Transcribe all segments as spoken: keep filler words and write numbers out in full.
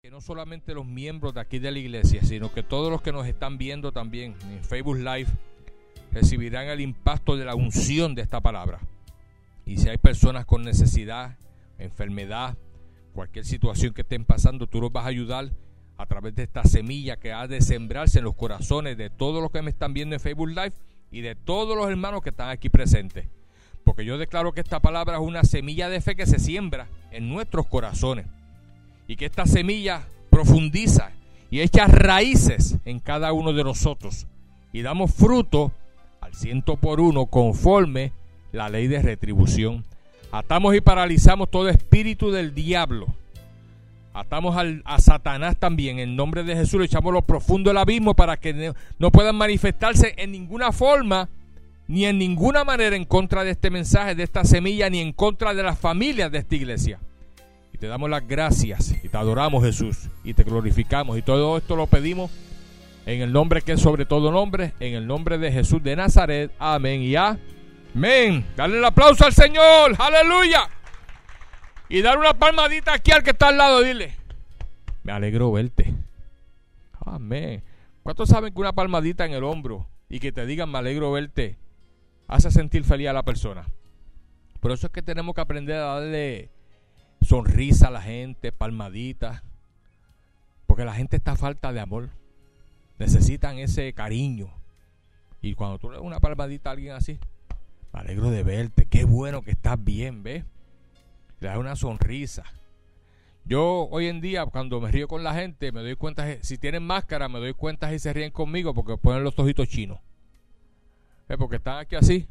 que no solamente los miembros de aquí de la iglesia, sino que todos los que nos están viendo también en Facebook Live recibirán el impacto de la unción de esta palabra. Y si hay personas con necesidad, enfermedad, cualquier situación que estén pasando, tú los vas a ayudar a través de esta semilla que ha de sembrarse en los corazones de todos los que me están viendo en Facebook Live y de todos los hermanos que están aquí presentes. Porque yo declaro que esta palabra es una semilla de fe que se siembra en nuestros corazones. Y que esta semilla profundiza y echa raíces en cada uno de nosotros. Y damos fruto al ciento por uno conforme la ley de retribución. Atamos y paralizamos todo espíritu del diablo. Atamos al, a Satanás también. En nombre de Jesús le echamos lo profundo del abismo para que no, no puedan manifestarse en ninguna forma ni en ninguna manera en contra de este mensaje, de esta semilla, ni en contra de las familias de esta iglesia. Y te damos las gracias y te adoramos, Jesús, y te glorificamos. Y todo esto lo pedimos en el nombre que es sobre todo nombre, en el nombre de Jesús de Nazaret. Amén y amén. Dale el aplauso al Señor. Aleluya. Y dar una palmadita aquí al que está al lado. Dile: me alegro verte. Amén. ¿Cuántos saben que una palmadita en el hombro y que te digan me alegro verte hace sentir feliz a la persona? Por eso es que tenemos que aprender a darle sonrisa a la gente, palmaditas, porque la gente está a falta de amor, necesitan ese cariño. Y cuando tú le das una palmadita a alguien así, me alegro de verte, qué bueno que estás bien, ¿ves? Le das una sonrisa. Yo hoy en día cuando me río con la gente me doy cuenta, si tienen máscara me doy cuenta si se ríen conmigo porque ponen los ojitos chinos. ¿Ves? Porque están aquí así.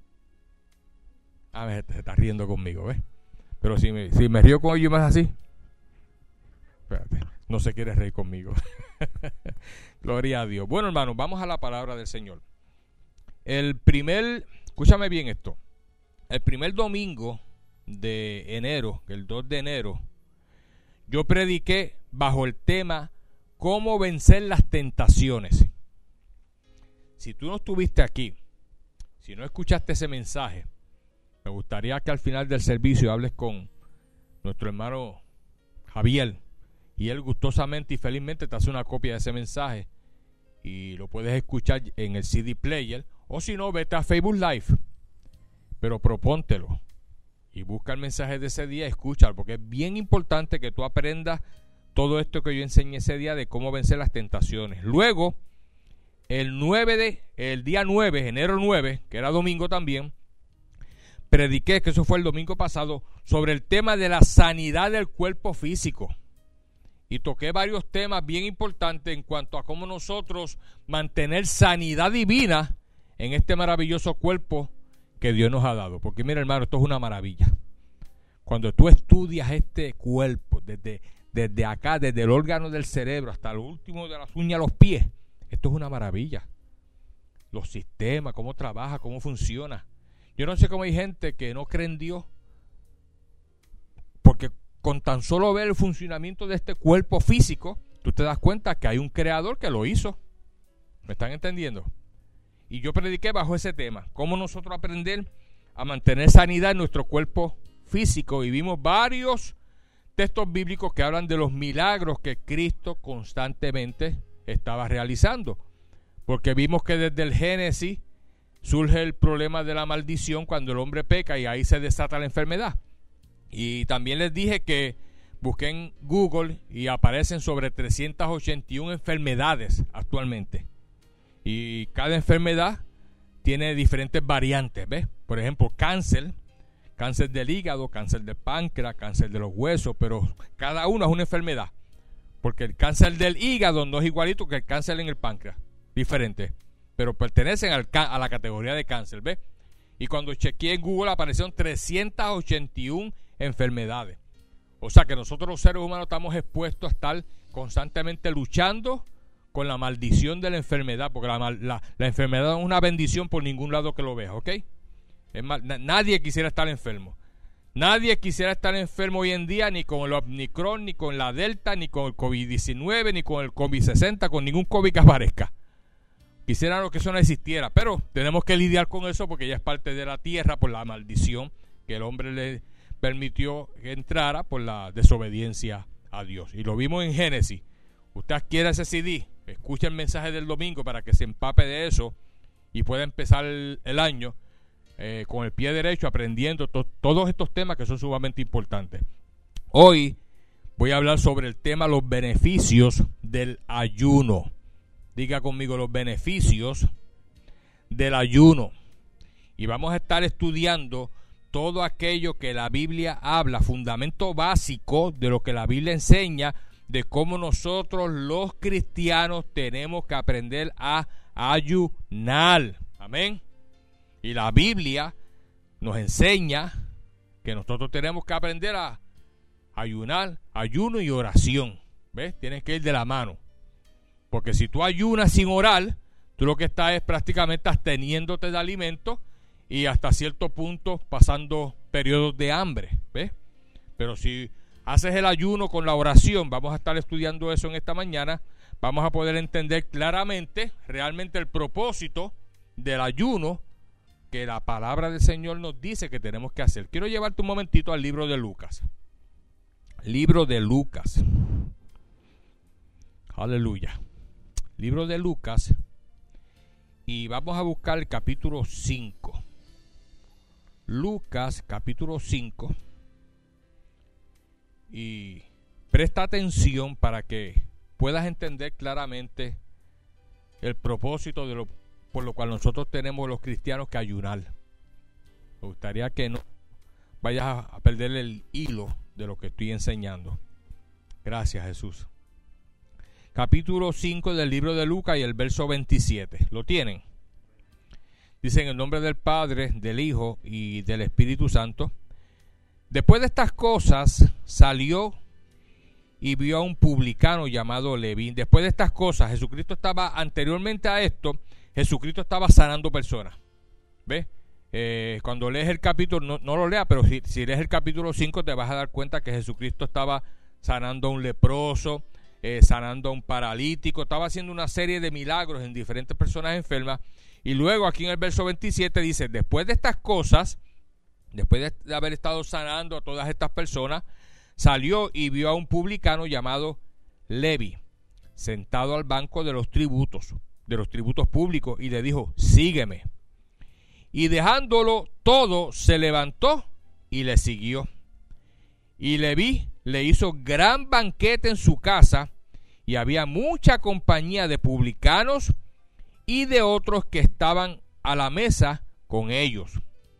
A ver, se está riendo conmigo, ¿ves? Pero si me, si me río con ellos más así, espérate, no se quiere reír conmigo. Gloria a Dios. Bueno, hermanos, vamos a la palabra del Señor. El primer, escúchame bien esto. El primer domingo de enero, el dos de enero, yo prediqué bajo el tema cómo vencer las tentaciones. Si tú no estuviste aquí, si no escuchaste ese mensaje, me gustaría que al final del servicio hables con nuestro hermano Javier y él gustosamente y felizmente te hace una copia de ese mensaje y lo puedes escuchar en el C D player, o si no, vete a Facebook Live, pero propóntelo y busca el mensaje de ese día, escúchalo, porque es bien importante que tú aprendas todo esto que yo enseñé ese día de cómo vencer las tentaciones. Luego, el nueve de, el día nueve, enero nueve, que era domingo también, prediqué, que eso fue el domingo pasado, sobre el tema de la sanidad del cuerpo físico. Y toqué varios temas bien importantes en cuanto a cómo nosotros mantener sanidad divina en este maravilloso cuerpo que Dios nos ha dado. Porque mira, hermano, esto es una maravilla. Cuando tú estudias este cuerpo, desde, desde acá, desde el órgano del cerebro hasta lo último de las uñas a los pies, esto es una maravilla. Los sistemas, cómo trabaja, cómo funciona. Yo no sé cómo hay gente que no cree en Dios, porque con tan solo ver el funcionamiento de este cuerpo físico, tú te das cuenta que hay un creador que lo hizo. ¿Me están entendiendo? Y yo prediqué bajo ese tema, cómo nosotros aprender a mantener sanidad en nuestro cuerpo físico. Y vimos varios textos bíblicos que hablan de los milagros que Cristo constantemente estaba realizando. Porque vimos que desde el Génesis surge el problema de la maldición cuando el hombre peca y ahí se desata la enfermedad. Y también les dije que busqué en Google y aparecen sobre trescientas ochenta y una enfermedades actualmente. Y cada enfermedad tiene diferentes variantes, ¿ves? Por ejemplo, cáncer, cáncer del hígado, cáncer del páncreas, cáncer de los huesos, pero cada una es una enfermedad. Porque el cáncer del hígado no es igualito que el cáncer en el páncreas, diferente, pero pertenecen al, a la categoría de cáncer, ¿ves? Y cuando chequeé en Google aparecieron trescientas ochenta y una enfermedades. O sea que nosotros los seres humanos estamos expuestos a estar constantemente luchando con la maldición de la enfermedad, porque la, la, la enfermedad es una bendición por ningún lado que lo veas, ¿ok? Es más, na, nadie quisiera estar enfermo. Nadie quisiera estar enfermo hoy en día, ni con el Omicron, ni con la Delta, ni con el COVID diecinueve, ni con el COVID sesenta, con ningún COVID que aparezca. Quisieran que eso no existiera, pero tenemos que lidiar con eso porque ya es parte de la tierra por la maldición que el hombre le permitió que entrara por la desobediencia a Dios. Y lo vimos en Génesis. Usted adquiere ese C D, escucha el mensaje del domingo para que se empape de eso y pueda empezar el, el año eh, con el pie derecho, aprendiendo to- todos estos temas que son sumamente importantes. Hoy voy a hablar sobre el tema los beneficios del ayuno. Diga conmigo, los beneficios del ayuno. Y vamos a estar estudiando todo aquello que la Biblia habla, fundamento básico de lo que la Biblia enseña, de cómo nosotros los cristianos tenemos que aprender a ayunar. Amén. Y la Biblia nos enseña que nosotros tenemos que aprender a ayunar, ayuno y oración. ¿Ves? Tienes que ir de la mano. Porque si tú ayunas sin orar, tú lo que estás es prácticamente absteniéndote de alimentos y hasta cierto punto pasando periodos de hambre. ¿Ves? Pero si haces el ayuno con la oración, vamos a estar estudiando eso en esta mañana, vamos a poder entender claramente realmente el propósito del ayuno que la palabra del Señor nos dice que tenemos que hacer. Quiero llevarte un momentito al libro de Lucas. Libro de Lucas. Aleluya. Libro de Lucas. Y vamos a buscar el capítulo cinco. Lucas capítulo cinco. Y presta atención para que puedas entender claramente el propósito de lo, por lo cual nosotros tenemos los cristianos que ayunar. Me gustaría que no vayas a perder el hilo de lo que estoy enseñando. Gracias, Jesús. Capítulo cinco del libro de Lucas y el verso veintisiete. ¿Lo tienen? Dice: en el nombre del Padre, del Hijo y del Espíritu Santo. Después de estas cosas salió y vio a un publicano llamado Leví. Después de estas cosas, Jesucristo estaba, anteriormente a esto, Jesucristo estaba sanando personas. ¿Ves? Eh, cuando lees el capítulo, no, no lo leas, pero si, si lees el capítulo cinco te vas a dar cuenta que Jesucristo estaba sanando a un leproso, eh, sanando a un paralítico, estaba haciendo una serie de milagros en diferentes personas enfermas. Y luego aquí en el verso veintisiete dice: después de estas cosas, después de haber estado sanando a todas estas personas, salió y vio a un publicano llamado Leví, sentado al banco de los tributos, de los tributos públicos, y le dijo: sígueme. Y dejándolo todo, se levantó y le siguió. Y Leví le hizo gran banquete en su casa, y había mucha compañía de publicanos y de otros que estaban a la mesa con ellos.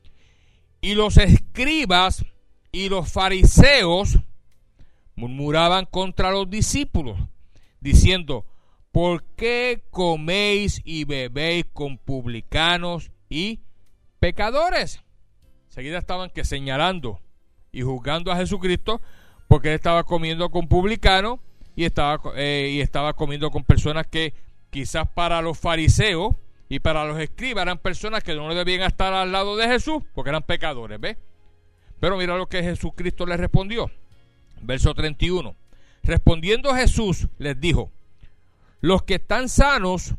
Y los escribas y los fariseos murmuraban contra los discípulos, diciendo: ¿por qué coméis y bebéis con publicanos y pecadores? Enseguida estaban que señalando y juzgando a Jesucristo porque él estaba comiendo con publicanos y estaba, eh, y estaba comiendo con personas que quizás para los fariseos y para los escribas eran personas que no debían estar al lado de Jesús porque eran pecadores, ¿ves? Pero mira lo que Jesucristo les respondió. Verso treinta y uno. Respondiendo Jesús les dijo: los que están sanos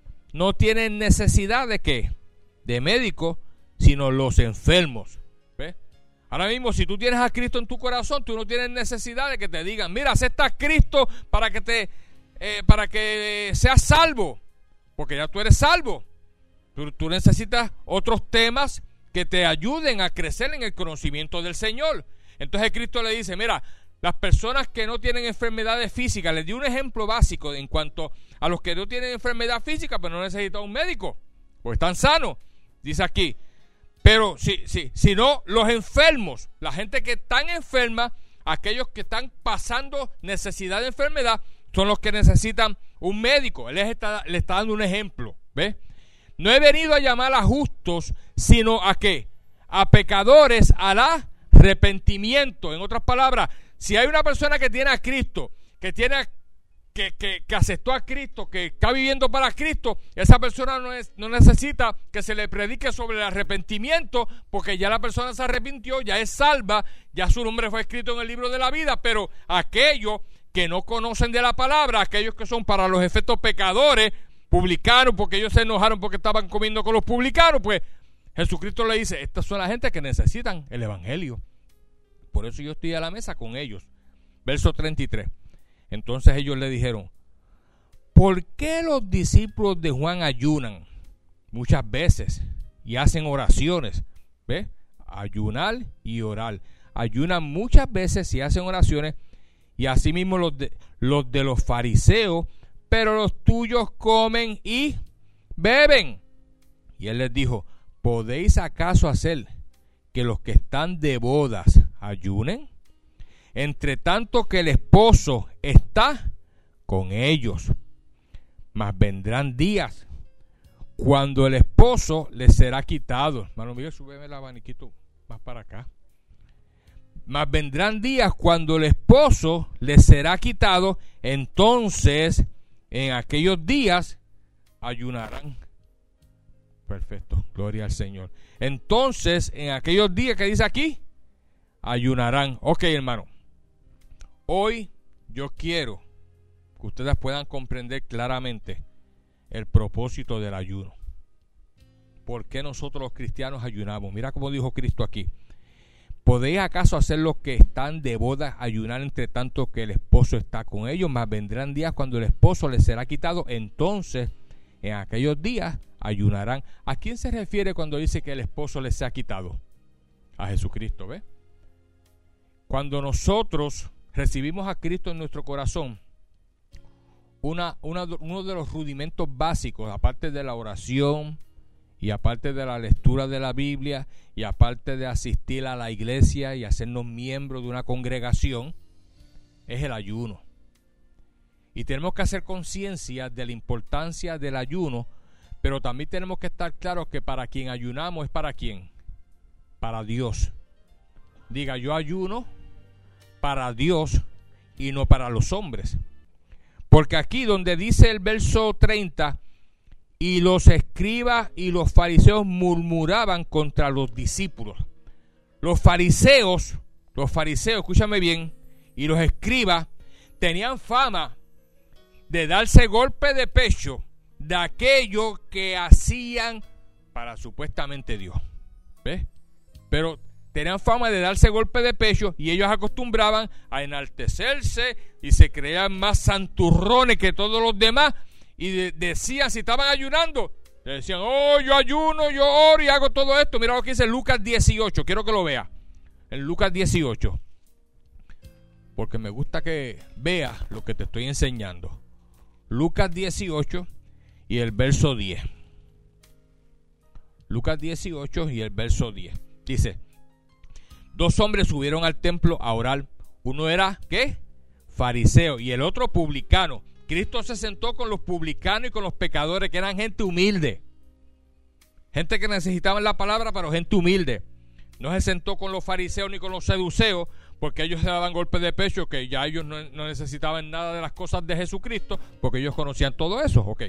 no tienen necesidad de ¿qué? De médico, sino los enfermos. ¿Ves? Ahora mismo, si tú tienes a Cristo en tu corazón, tú no tienes necesidad de que te digan: mira, acepta a Cristo para que te eh, para que seas salvo, porque ya tú eres salvo. Tú, tú necesitas otros temas que te ayuden a crecer en el conocimiento del Señor. Entonces Cristo le dice: mira, las personas que no tienen enfermedades físicas, les di un ejemplo básico en cuanto a los que no tienen enfermedad física, pero no necesitan un médico, porque están sanos. Dice aquí: pero si, si, si no, los enfermos, la gente que están enferma, aquellos que están pasando necesidad de enfermedad, son los que necesitan un médico. Él les está, le está dando un ejemplo. ¿Ves? No he venido a llamar a justos, sino a ¿qué? A pecadores, al arrepentimiento. En otras palabras, si hay una persona que tiene a Cristo, que tiene a Que, que, que aceptó a Cristo, que está viviendo para Cristo, esa persona no, es, no necesita que se le predique sobre el arrepentimiento, porque ya la persona se arrepintió, ya es salva, ya su nombre fue escrito en el libro de la vida. Pero aquellos que no conocen de la palabra, aquellos que son para los efectos pecadores, publicanos, porque ellos se enojaron porque estaban comiendo con los publicanos, pues Jesucristo le dice: estas son la gente que necesitan el evangelio, por eso yo estoy a la mesa con ellos. verso treinta y tres. Entonces ellos le dijeron: ¿por qué los discípulos de Juan ayunan muchas veces y hacen oraciones? ¿Ves? Ayunar y orar. Ayunan muchas veces y hacen oraciones, y asimismo los de, los de los fariseos, pero los tuyos comen y beben. Y él les dijo: ¿podéis acaso hacer que los que están de bodas ayunen, entre tanto que el esposo está con ellos? Mas vendrán días cuando el esposo les será quitado. Hermano Miguel, súbeme el abaniquito más para acá. Mas vendrán días cuando el esposo les será quitado, entonces en aquellos días ayunarán. Perfecto, gloria al Señor. Entonces en aquellos días que dice aquí, ayunarán. Ok, hermano, hoy yo quiero que ustedes puedan comprender claramente el propósito del ayuno. ¿Por qué nosotros los cristianos ayunamos? Mira cómo dijo Cristo aquí: ¿podéis acaso hacer los que están de boda ayunar entre tanto que el esposo está con ellos? Mas vendrán días cuando el esposo les será quitado, entonces en aquellos días ayunarán. ¿A quién se refiere cuando dice que el esposo les sea quitado? A Jesucristo, ¿ves? Cuando nosotros recibimos a Cristo en nuestro corazón, una, una, uno de los rudimentos básicos, aparte de la oración y aparte de la lectura de la Biblia y aparte de asistir a la iglesia y hacernos miembros de una congregación, es el ayuno. Y tenemos que hacer conciencia de la importancia del ayuno, pero también tenemos que estar claros que para quien ayunamos es para quién, para Dios. Diga: yo ayuno para Dios y no para los hombres. Porque aquí donde dice el verso treinta, y los escribas y los fariseos murmuraban contra los discípulos. Los fariseos, los fariseos, escúchame bien, y los escribas tenían fama de darse golpe de pecho de aquello que hacían para supuestamente Dios. ¿Ves? Pero tenían fama de darse golpe de pecho, y ellos acostumbraban a enaltecerse y se creían más santurrones que todos los demás, y de, decían, si estaban ayunando, le decían: oh, yo ayuno, yo oro y hago todo esto. Mira lo que dice Lucas dieciocho, quiero que lo vea. En Lucas dieciocho, porque me gusta que veas lo que te estoy enseñando. Lucas dieciocho y el verso diez. Lucas dieciocho y el verso diez. Dice: dos hombres subieron al templo a orar. Uno era, ¿qué? Fariseo, y el otro publicano. Cristo se sentó con los publicanos y con los pecadores, que eran gente humilde. Gente que necesitaban la palabra, pero gente humilde. No se sentó con los fariseos ni con los seduceos, porque ellos se daban golpes de pecho, que ya ellos no, no necesitaban nada de las cosas de Jesucristo, porque ellos conocían todo eso. Ok.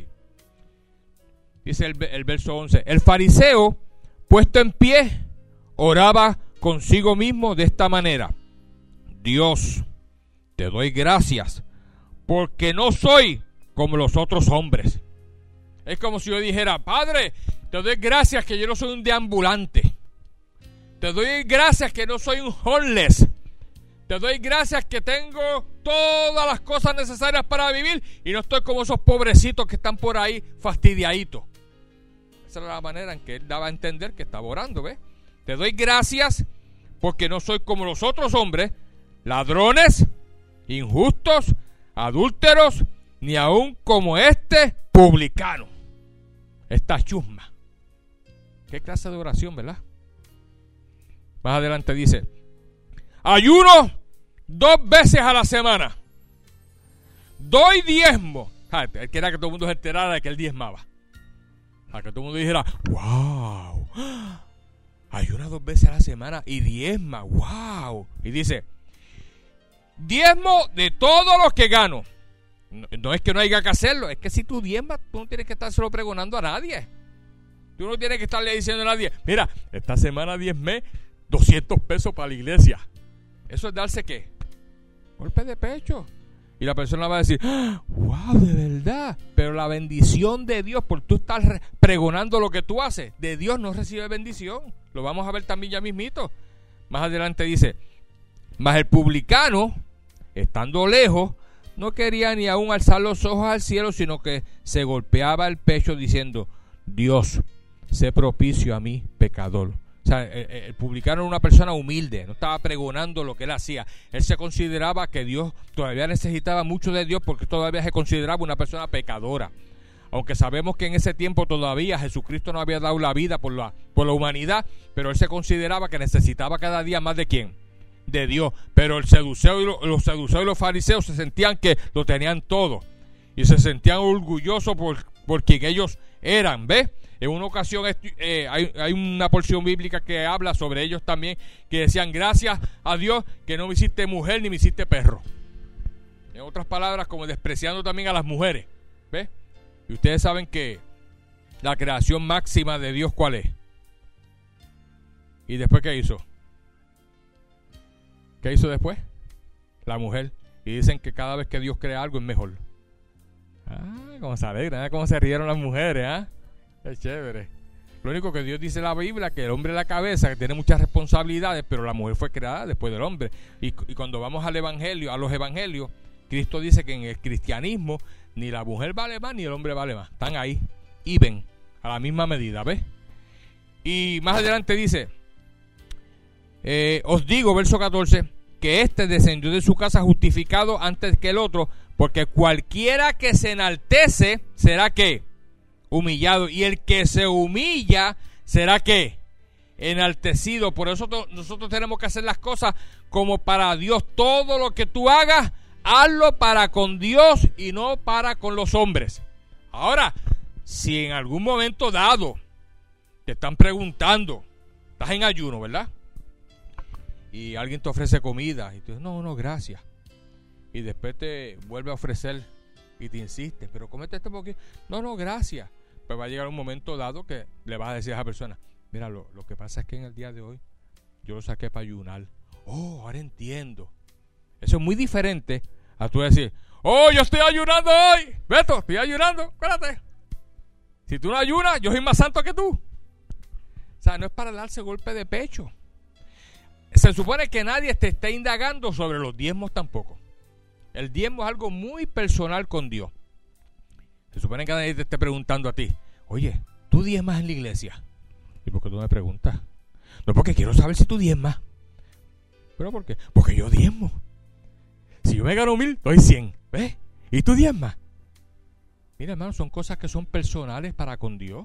Dice el, el verso once: el fariseo, puesto en pie, oraba consigo mismo de esta manera: Dios, te doy gracias, porque no soy como los otros hombres. Es como si yo dijera: Padre, te doy gracias que yo no soy un deambulante. Te doy gracias que no soy un homeless. Te doy gracias que tengo todas las cosas necesarias para vivir y no estoy como esos pobrecitos que están por ahí fastidiaditos. Esa era la manera en que él daba a entender que estaba orando, ¿ves? Te doy gracias porque no soy como los otros hombres, ladrones, injustos, adúlteros, ni aún como este publicano, esta chusma. ¿Qué clase de oración, verdad? Más adelante dice: ayuno dos veces a la semana, doy diezmo. Él quería que todo el mundo se enterara de que él diezmaba, para que todo el mundo dijera: wow, ayuna dos veces a la semana y diezma, wow. Y dice: diezmo de todo lo que gano. No, no es que no haya que hacerlo, es que si tú diezmas, tú no tienes que estárselo pregonando a nadie. Tú no tienes que estarle diciendo a nadie: mira, esta semana diezmé doscientos pesos para la iglesia. Eso es darse ¿qué? Golpe de pecho. Y la persona va a decir: wow, de verdad. Pero la bendición de Dios, por tú estar pregonando lo que tú haces, de Dios no recibe bendición. Lo vamos a ver también ya mismito. Más adelante dice: mas el publicano estando lejos, no quería ni aún alzar los ojos al cielo, sino que se golpeaba el pecho diciendo: Dios, sé propicio a mí, pecador. O sea, el, el publicano era una persona humilde, no estaba pregonando lo que él hacía. Él se consideraba que Dios todavía necesitaba mucho de Dios, porque todavía se consideraba una persona pecadora. Aunque sabemos que en ese tiempo todavía Jesucristo no había dado la vida por la, por la humanidad, pero él se consideraba que necesitaba cada día más de ¿quién? De Dios. Pero el seduceo y lo, los seduceos y los fariseos se sentían que lo tenían todo y se sentían orgullosos por, por quien ellos eran. ¿Ves? En una ocasión eh, hay, hay una porción bíblica que habla sobre ellos también, que decían: gracias a Dios que no me hiciste mujer ni me hiciste perro. En otras palabras, como despreciando también a las mujeres. ¿Ves? Y ustedes saben que la creación máxima de Dios, ¿cuál es? ¿Y después qué hizo? ¿Qué hizo después? La mujer. Y dicen que cada vez que Dios crea algo es mejor. Ah, cómo se alegran, ¿eh? Cómo se rieron las mujeres, ¿ah? ¿eh? Es chévere. Lo único que Dios dice en la Biblia, que el hombre es la cabeza, que tiene muchas responsabilidades, pero la mujer fue creada después del hombre. Y, y cuando vamos al evangelio, a los evangelios, Cristo dice que en el cristianismo ni la mujer vale más ni el hombre vale más. Están ahí y ven a la misma medida, ¿ves? Y más adelante dice: eh, os digo, verso catorce, que éste descendió de su casa justificado antes que el otro, porque cualquiera que se enaltece será ¿qué? Humillado, y el que se humilla será ¿qué? Enaltecido. Por eso to- nosotros tenemos que hacer las cosas como para Dios. Todo lo que tú hagas, hazlo para con Dios y no para con los hombres. Ahora, si en algún momento dado te están preguntando, estás en ayuno, ¿verdad? Y alguien te ofrece comida y tú dices: no, no, gracias. Y después te vuelve a ofrecer y te insiste: pero comete este poquito. No, no, gracias. Pues va a llegar un momento dado que le vas a decir a esa persona: mira, lo, lo que pasa es que en el día de hoy yo lo saqué para ayunar. Oh, ahora entiendo. Eso es muy diferente a tú decir: oh, yo estoy ayunando hoy. Beto, estoy ayunando, espérate. Si tú no ayunas, yo soy más santo que tú. O sea, no es para darse golpe de pecho. Se supone que nadie te está indagando sobre los diezmos tampoco. El diezmo es algo muy personal con Dios. Se supone que nadie te esté preguntando a ti: oye, ¿tú diezmas en la iglesia? ¿Y por qué tú me preguntas? No, porque quiero saber si tú diezmas. ¿Pero por qué? Porque yo diezmo. Si yo me gano mil, doy cien. ¿Ves? ¿Y tú diezmas? Mira, hermano, son cosas que son personales para con Dios.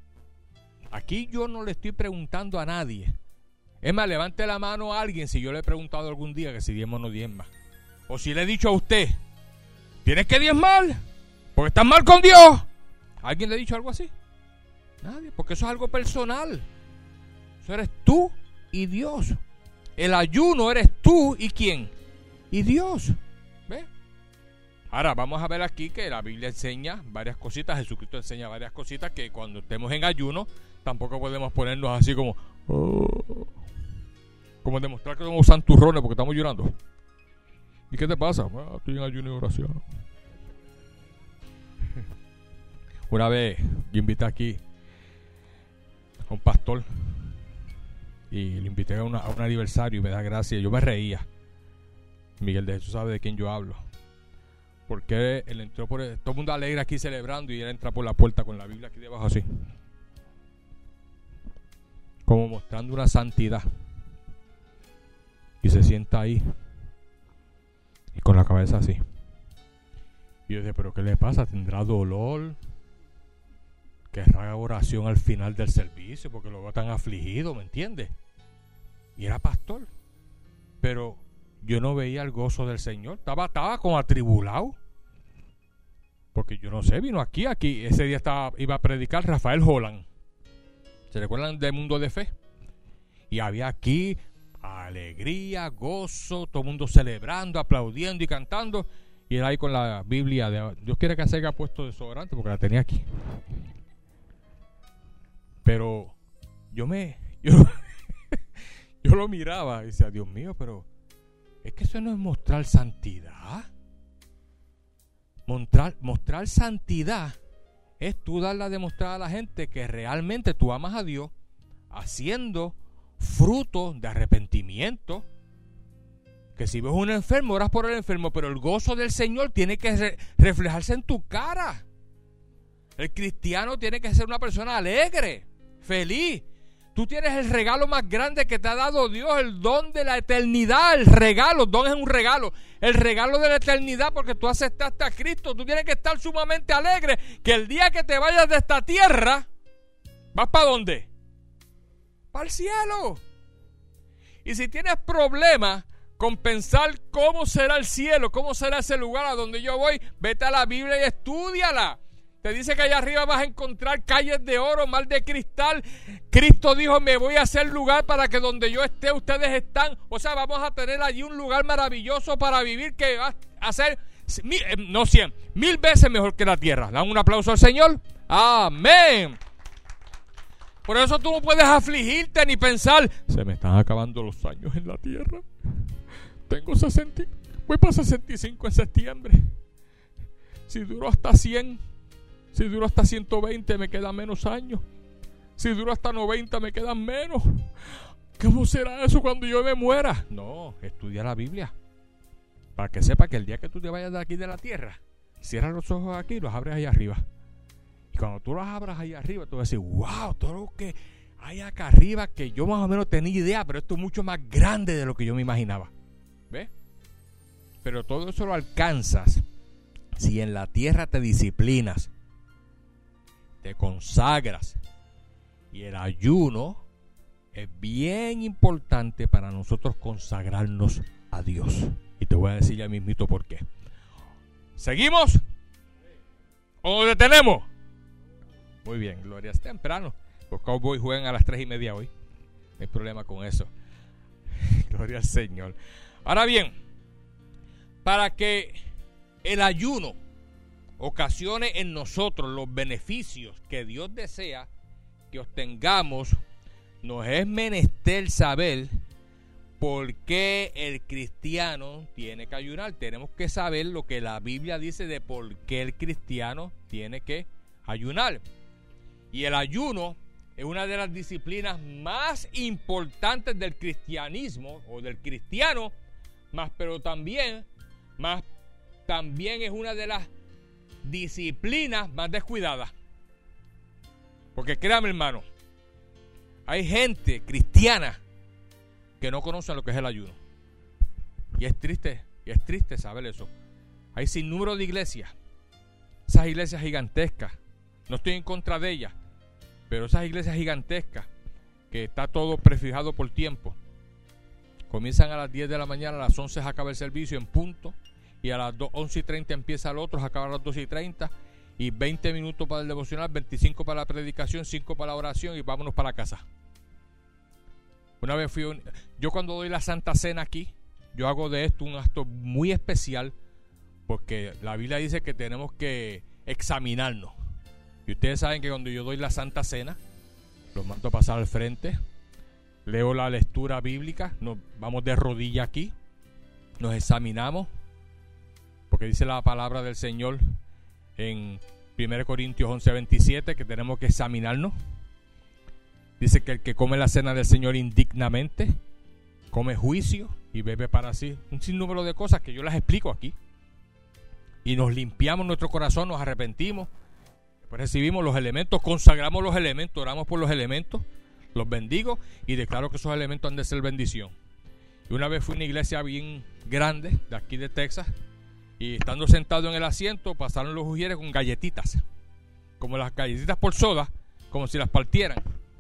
Aquí yo no le estoy preguntando a nadie. Es más, levante la mano a alguien si yo le he preguntado algún día que si diezmo o no diezma. O si le he dicho a usted: tienes que diezmar porque estás mal con Dios. ¿Alguien le ha dicho algo así? Nadie, porque eso es algo personal. Eso eres tú y Dios. El ayuno eres tú y ¿quién? Y Dios. ¿Ves? Ahora vamos a ver aquí que la Biblia enseña varias cositas. Jesucristo enseña varias cositas que cuando estemos en ayuno tampoco podemos ponernos así como oh, como demostrar que somos santurrones porque estamos llorando. ¿Y qué te pasa? Ah, estoy en ayuno y oración. Una vez yo invité aquí a un pastor y le invité a, una, a un aniversario y me da gracia. Yo me reía. Miguel de Jesús sabe de quién yo hablo. Porque él entró por el, todo el mundo alegre aquí celebrando y él entra por la puerta con la Biblia aquí debajo así, como mostrando una santidad, y se sienta ahí y con la cabeza así. Y yo dije: pero ¿qué le pasa? ¿Tendrá dolor? ¿Querrá oración al final del servicio porque lo veo tan afligido? ¿Me entiendes? Y era pastor, pero yo no veía el gozo del Señor. Estaba, estaba como atribulado. Porque yo no sé, vino aquí, aquí. Ese día estaba, iba a predicar Rafael Holland. ¿Se recuerdan del Mundo de Fe? Y había aquí alegría, gozo, todo el mundo celebrando, aplaudiendo y cantando. Y él ahí con la Biblia. De, Dios quiere que se haya puesto desodorante porque la tenía aquí. Pero yo me... Yo, yo lo miraba y decía: Dios mío, pero... es que eso no es mostrar santidad. Mostrar, mostrar santidad es tú darle a demostrar a la gente que realmente tú amas a Dios, haciendo fruto de arrepentimiento, Porque si ves un enfermo, oras por el enfermo, pero el gozo del Señor tiene que re- reflejarse en tu cara. El cristiano tiene que ser una persona alegre, feliz. Tú tienes el regalo más grande que te ha dado Dios, el don de la eternidad, el regalo, don es un regalo, el regalo de la eternidad, porque tú aceptaste a Cristo. Tú tienes que estar sumamente alegre, que el día que te vayas de esta tierra, ¿vas para dónde? Para el cielo. Y si tienes problemas con pensar cómo será el cielo, cómo será ese lugar a donde yo voy, vete a la Biblia y estúdiala. Te dice que allá arriba vas a encontrar calles de oro, mar de cristal. Cristo dijo, me voy a hacer lugar para que donde yo esté, ustedes están. O sea, vamos a tener allí un lugar maravilloso para vivir, que va a ser, no cien, mil veces mejor que la tierra. ¿Dan un aplauso al Señor? Amén. Por eso tú no puedes afligirte ni pensar, se me están acabando los años en la tierra. Tengo sesenta, voy para sesenta y cinco en septiembre. Si duro hasta cien, si duro hasta ciento veinte, me quedan menos años. Si duro hasta noventa, me quedan menos. ¿Cómo será eso cuando yo me muera? No, estudia la Biblia. Para que sepa que el día que tú te vayas de aquí de la tierra, cierra los ojos aquí y los abres ahí arriba. Y cuando tú los abras ahí arriba, tú vas a decir, wow, todo lo que hay acá arriba, que yo más o menos tenía idea, pero esto es mucho más grande de lo que yo me imaginaba. ¿Ves? Pero todo eso lo alcanzas si en la tierra te disciplinas, te consagras. Y el ayuno es bien importante para nosotros consagrarnos a Dios. Y te voy a decir ya mismito por qué. ¿Seguimos? ¿O nos detenemos? Muy bien, gloria, es temprano. Los Cowboys juegan a las tres y media hoy. No hay problema con eso. Gloria al Señor. Ahora bien, para que el ayuno ocasione en nosotros los beneficios que Dios desea que obtengamos, nos es menester saber por qué el cristiano tiene que ayunar. Tenemos que saber lo que la Biblia dice de por qué el cristiano tiene que ayunar. Y el ayuno es una de las disciplinas más importantes del cristianismo o del cristiano, más pero también, más también es una de las disciplinas más descuidadas. Porque créame, hermano, hay gente cristiana que no conoce lo que es el ayuno. Y es triste, y es triste saber eso. Hay sinnúmero de iglesias, esas iglesias gigantescas. No estoy en contra de ellas, pero esas iglesias gigantescas que está todo prefijado por tiempo, comienzan a las diez de la mañana, a las once se acaba el servicio en punto, y a las once y treinta empieza el otro, se acaba a las doce y treinta, y veinte minutos para el devocional, veinticinco para la predicación, cinco para la oración, y vámonos para la casa. Una vez fui, un, yo cuando doy la Santa Cena aquí, yo hago de esto un acto muy especial, porque la Biblia dice que tenemos que examinarnos. Y ustedes saben que cuando yo doy la Santa Cena, los mando a pasar al frente, leo la lectura bíblica, nos vamos de rodillas aquí, nos examinamos, porque dice la palabra del Señor en primera Corintios once veintisiete que tenemos que examinarnos. Dice que el que come la cena del Señor indignamente come juicio y bebe para sí. Un sinnúmero de cosas que yo las explico aquí. Y nos limpiamos nuestro corazón, nos arrepentimos, después recibimos los elementos, consagramos los elementos, oramos por los elementos, los bendigo y declaro que esos elementos han de ser bendición. Y una vez fui a una iglesia bien grande de aquí de Texas, y estando sentado en el asiento pasaron los ujieres con galletitas, como las galletitas por soda, como si las partieran,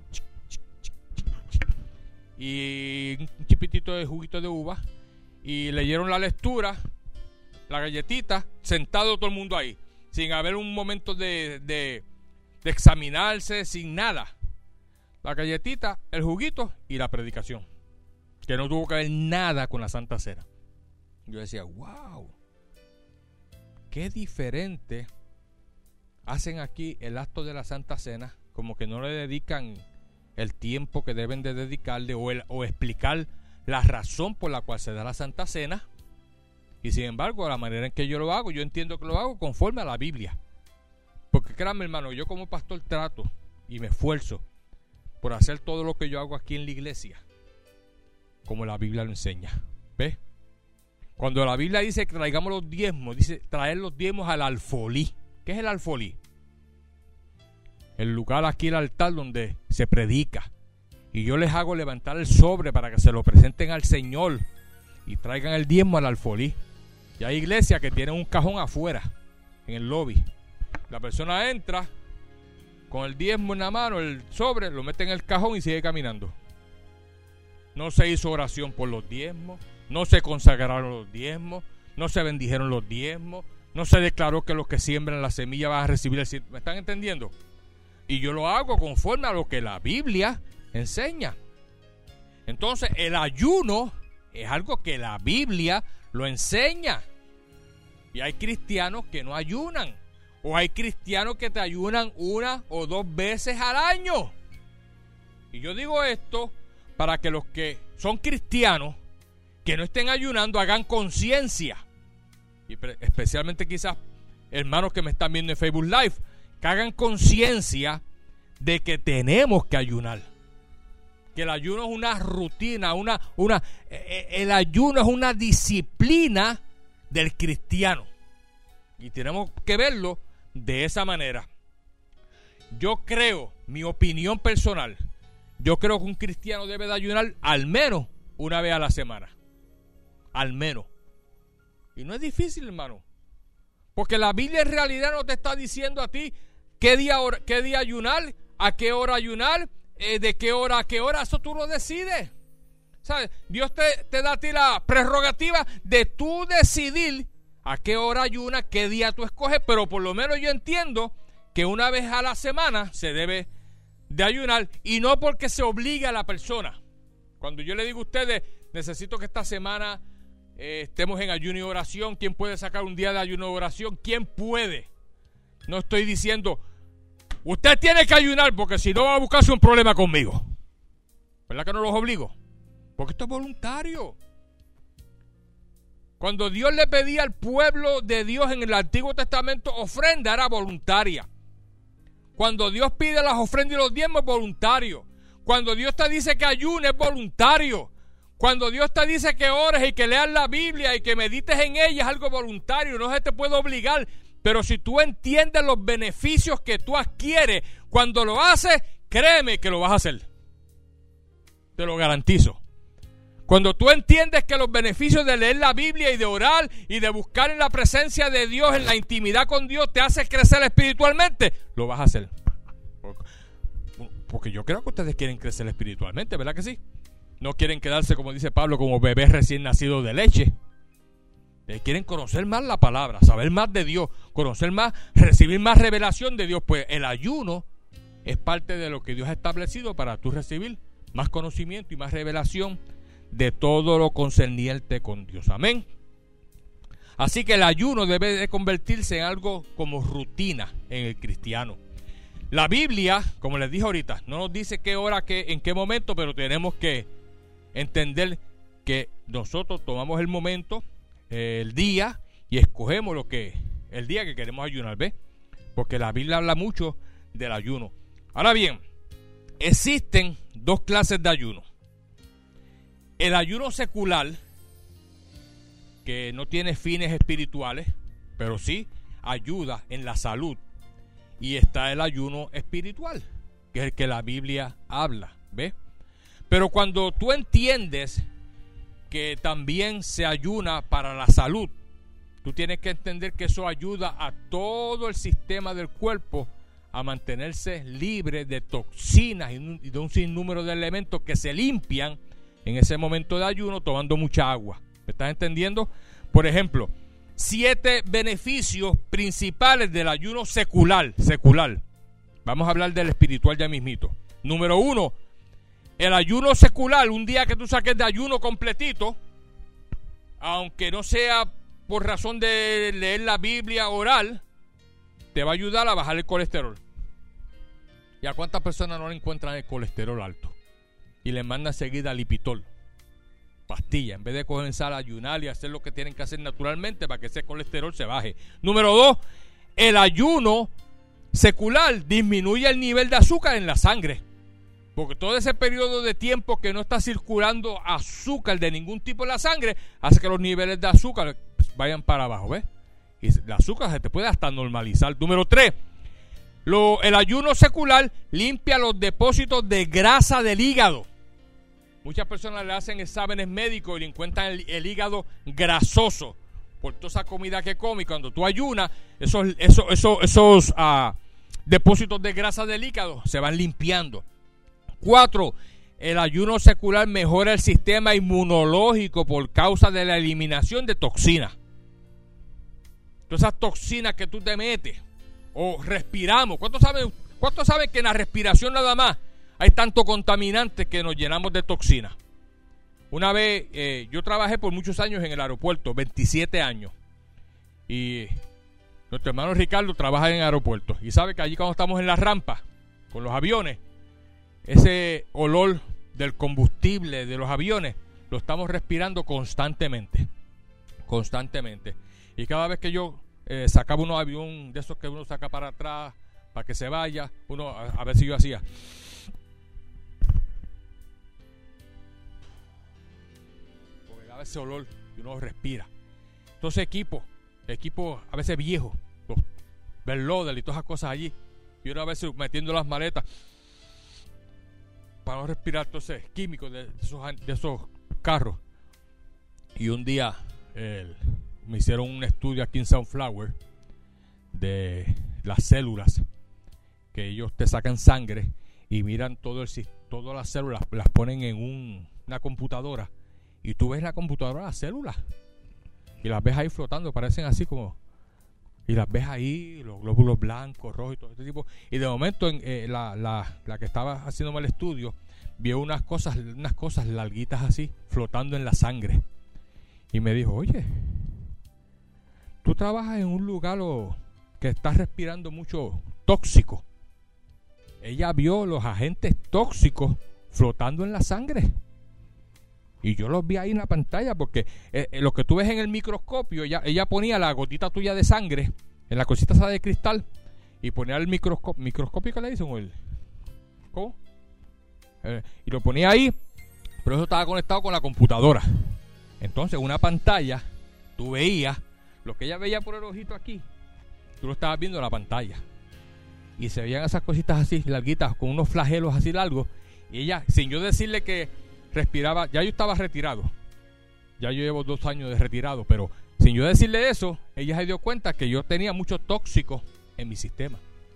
y un chipitito de juguito de uva, y leyeron la lectura, la galletita, sentado todo el mundo ahí, sin haber un momento de, de, de examinarse, sin nada. La galletita, el juguito y la predicación, que no tuvo que ver nada con la Santa Cena. Yo decía, wow, qué diferente hacen aquí el acto de la Santa Cena, como que no le dedican el tiempo que deben de dedicarle o, el, o explicar la razón por la cual se da la Santa Cena. Y sin embargo, la manera en que yo lo hago, yo entiendo que lo hago conforme a la Biblia. Porque créanme, hermano, yo como pastor trato y me esfuerzo por hacer todo lo que yo hago aquí en la iglesia como la Biblia lo enseña. ¿Ves? Cuando la Biblia dice que traigamos los diezmos, dice traer los diezmos al alfolí. ¿Qué es el alfolí? El lugar aquí, el altar donde se predica. Y yo les hago levantar el sobre para que se lo presenten al Señor y traigan el diezmo al alfolí. Y hay iglesias que tienen un cajón afuera, en el lobby. La persona entra con el diezmo en la mano, el sobre, lo mete en el cajón y sigue caminando. No se hizo oración por los diezmos, no se consagraron los diezmos, no se bendijeron los diezmos, no se declaró que los que siembran la semilla van a recibir el ciento. ¿Me están entendiendo? Y yo lo hago conforme a lo que la Biblia enseña. Entonces el ayuno es algo que la Biblia lo enseña. Y hay cristianos que no ayunan, o hay cristianos que te ayunan una o dos veces al año. Y yo digo esto para que los que son cristianos que no estén ayunando hagan conciencia, y especialmente quizás hermanos que me están viendo en Facebook Live, que hagan conciencia de que tenemos que ayunar. Que el ayuno es una rutina, una, una, el ayuno es una disciplina del cristiano. Y tenemos que verlo de esa manera. Yo creo, mi opinión personal, yo creo que un cristiano debe de ayunar al menos una vez a la semana. Al menos. Y no es difícil, hermano. Porque la Biblia en realidad no te está diciendo a ti qué día, qué día ayunar, a qué hora ayunar, eh, de qué hora a qué hora. Eso tú lo decides. ¿Sabes? Dios te, te da a ti la prerrogativa de tú decidir a qué hora ayunas, qué día tú escoges. Pero por lo menos yo entiendo que una vez a la semana se debe de ayunar, y no porque se obligue a la persona. Cuando yo le digo a ustedes, necesito que esta semana eh, estemos en ayuno y oración, ¿quién puede sacar un día de ayuno y oración? ¿Quién puede? No estoy diciendo, usted tiene que ayunar porque si no va a buscarse un problema conmigo. ¿Verdad que no los obligo? Porque esto es voluntario. Cuando Dios le pedía al pueblo de Dios en el Antiguo Testamento ofrenda, era voluntaria. Cuando Dios pide las ofrendas y los diezmos, es voluntario. Cuando Dios te dice que ayunes, es voluntario. Cuando Dios te dice que ores y que leas la Biblia y que medites en ella, es algo voluntario. No se te puede obligar. Pero si tú entiendes los beneficios que tú adquieres cuando lo haces, créeme que lo vas a hacer. Te lo garantizo. Cuando tú entiendes que los beneficios de leer la Biblia y de orar y de buscar en la presencia de Dios, en la intimidad con Dios, te hace crecer espiritualmente, lo vas a hacer. Porque yo creo que ustedes quieren crecer espiritualmente, ¿verdad que sí? No quieren quedarse, como dice Pablo, como bebés recién nacidos de leche. Ustedes quieren conocer más la palabra, saber más de Dios, conocer más, recibir más revelación de Dios. Pues el ayuno es parte de lo que Dios ha establecido para tú recibir más conocimiento y más revelación de todo lo concerniente con Dios. Amén. Así que el ayuno debe de convertirse en algo como rutina en el cristiano. La Biblia, como les dije ahorita, no nos dice qué hora, qué, en qué momento, pero tenemos que entender que nosotros tomamos el momento, eh, el día, y escogemos lo que el día que queremos ayunar, ¿ves? Porque la Biblia habla mucho del ayuno. Ahora bien, existen dos clases de ayuno. El ayuno secular, que no tiene fines espirituales, pero sí ayuda en la salud. Y está el ayuno espiritual, que es el que la Biblia habla, ¿ves? Pero cuando tú entiendes que también se ayuna para la salud, tú tienes que entender que eso ayuda a todo el sistema del cuerpo a mantenerse libre de toxinas y de un sinnúmero de elementos que se limpian en ese momento de ayuno tomando mucha agua. ¿Me estás entendiendo? Por ejemplo, siete beneficios principales del ayuno secular. Secular. Vamos a hablar del espiritual ya mismito. Número uno, el ayuno secular, un día que tú saques de ayuno completito, aunque no sea por razón de leer la Biblia oral, te va a ayudar a bajar el colesterol. ¿Y a cuántas personas no le encuentran el colesterol alto? Y les mandan seguida Lipitor, pastilla, en vez de comenzar a ayunar y hacer lo que tienen que hacer naturalmente para que ese colesterol se baje. Número dos, el ayuno secular disminuye el nivel de azúcar en la sangre. Porque todo ese periodo de tiempo que no está circulando azúcar de ningún tipo en la sangre hace que los niveles de azúcar vayan para abajo, ¿ves? Y el azúcar se te puede hasta normalizar. Número tres, lo, el ayuno secular limpia los depósitos de grasa del hígado. Muchas personas le hacen exámenes médicos y le encuentran el, el hígado grasoso por toda esa comida que come. Y cuando tú ayunas, esos, esos, esos, esos uh, depósitos de grasa del hígado se van limpiando. Cuatro, el ayuno secular mejora el sistema inmunológico por causa de la eliminación de toxinas. Todas esas toxinas que tú te metes o respiramos. ¿Cuántos saben, cuántos saben que en la respiración nada más hay tanto contaminantes que nos llenamos de toxinas? Una vez, eh, yo trabajé por muchos años en el aeropuerto, veintisiete años. Y nuestro hermano Ricardo trabaja en aeropuertos. Y sabe que allí cuando estamos en la rampa con los aviones, ese olor del combustible de los aviones lo estamos respirando constantemente. Constantemente. Y cada vez que yo eh, sacaba unos aviones de esos que uno saca para atrás para que se vaya, uno a, a ver si yo hacía. Porque da ese olor y uno respira. Entonces equipo, equipo a veces viejo, los Verloder y todas esas cosas allí. Y uno a veces metiendo las maletas para no respirar entonces químicos de esos, de esos carros. Y un día el, me hicieron un estudio aquí en Sunflower de las células, que ellos te sacan sangre y miran todo el, todas las células, las ponen en un, una computadora y tú ves en la computadora las células y las ves ahí flotando, parecen así como, y las ves ahí, los glóbulos blancos, rojos y todo este tipo. Y de momento en, eh, la, la, la que estaba haciéndome el estudio vio unas cosas, unas cosas larguitas así flotando en la sangre y me dijo: oye, tú trabajas en un lugar o, que estás respirando mucho tóxico. Ella vio los agentes tóxicos flotando en la sangre y yo los vi ahí en la pantalla, porque eh, eh, lo que tú ves en el microscopio, ella, ella ponía la gotita tuya de sangre en la cosita esa de cristal y ponía el microscopio, microscopio que le dicen, o el, ¿cómo? Eh, y lo ponía ahí, pero eso estaba conectado con la computadora. Entonces una pantalla, tú veías lo que ella veía por el ojito aquí, tú lo estabas viendo en la pantalla y se veían esas cositas así larguitas con unos flagelos así largos, y ella, sin yo decirle que respiraba, ya yo estaba retirado, ya yo llevo dos años de retirado, pero sin yo decirle eso, ella se dio cuenta que yo tenía muchos tóxicos en mi sistema.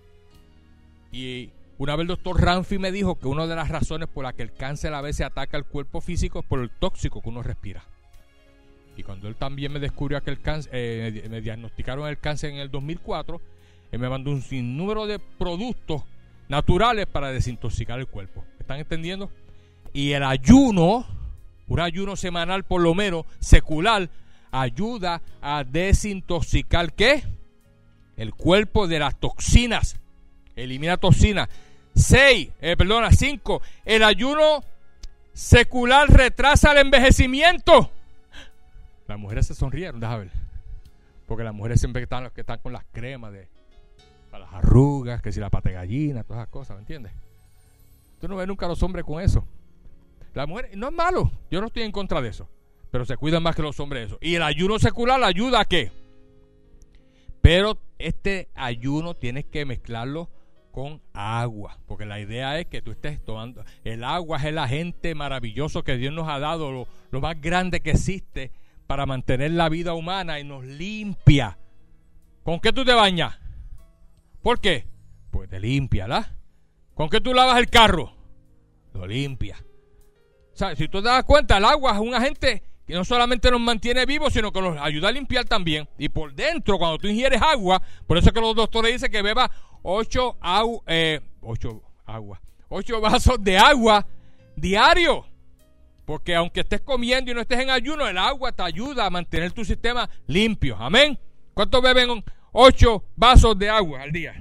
Y una vez el doctor Ramfi me dijo que una de las razones por las que el cáncer a veces ataca el cuerpo físico es por el tóxico que uno respira. Y cuando él también me descubrió que el cáncer, eh, me diagnosticaron el cáncer en el dos mil cuatro, él me mandó un sinnúmero de productos naturales para desintoxicar el cuerpo. ¿Me están entendiendo? Y el ayuno, un ayuno semanal por lo menos, secular, ayuda a desintoxicar, ¿qué? El cuerpo de las toxinas. Elimina toxinas. Seis, eh, perdona, cinco. El ayuno secular retrasa el envejecimiento. Las mujeres se sonrieron, déjame ver. Porque las mujeres siempre están, que están con las cremas de para las arrugas, que si la pata de gallina, todas esas cosas, ¿me entiendes? Tú no ves nunca a los hombres con eso. La mujer, no es malo, yo no estoy en contra de eso, pero se cuidan más que los hombres de eso. Y el ayuno secular ayuda a qué. Pero este ayuno tienes que mezclarlo con agua, porque la idea es que tú estés tomando. El agua es el agente maravilloso que Dios nos ha dado, lo, lo más grande que existe para mantener la vida humana, y nos limpia. ¿Con qué tú te bañas? ¿Por qué? Pues te limpia, ¿verdad? ¿Con qué tú lavas el carro? Lo limpia. O sea, si tú te das cuenta, el agua es un agente que no solamente nos mantiene vivos, sino que nos ayuda a limpiar también. Y por dentro, cuando tú ingieres agua, por eso es que los doctores dicen que beba ocho, agu, eh, ocho, agua, ocho vasos de agua diario. Porque aunque estés comiendo y no estés en ayuno, el agua te ayuda a mantener tu sistema limpio. Amén. ¿Cuántos beben ocho vasos de agua al día?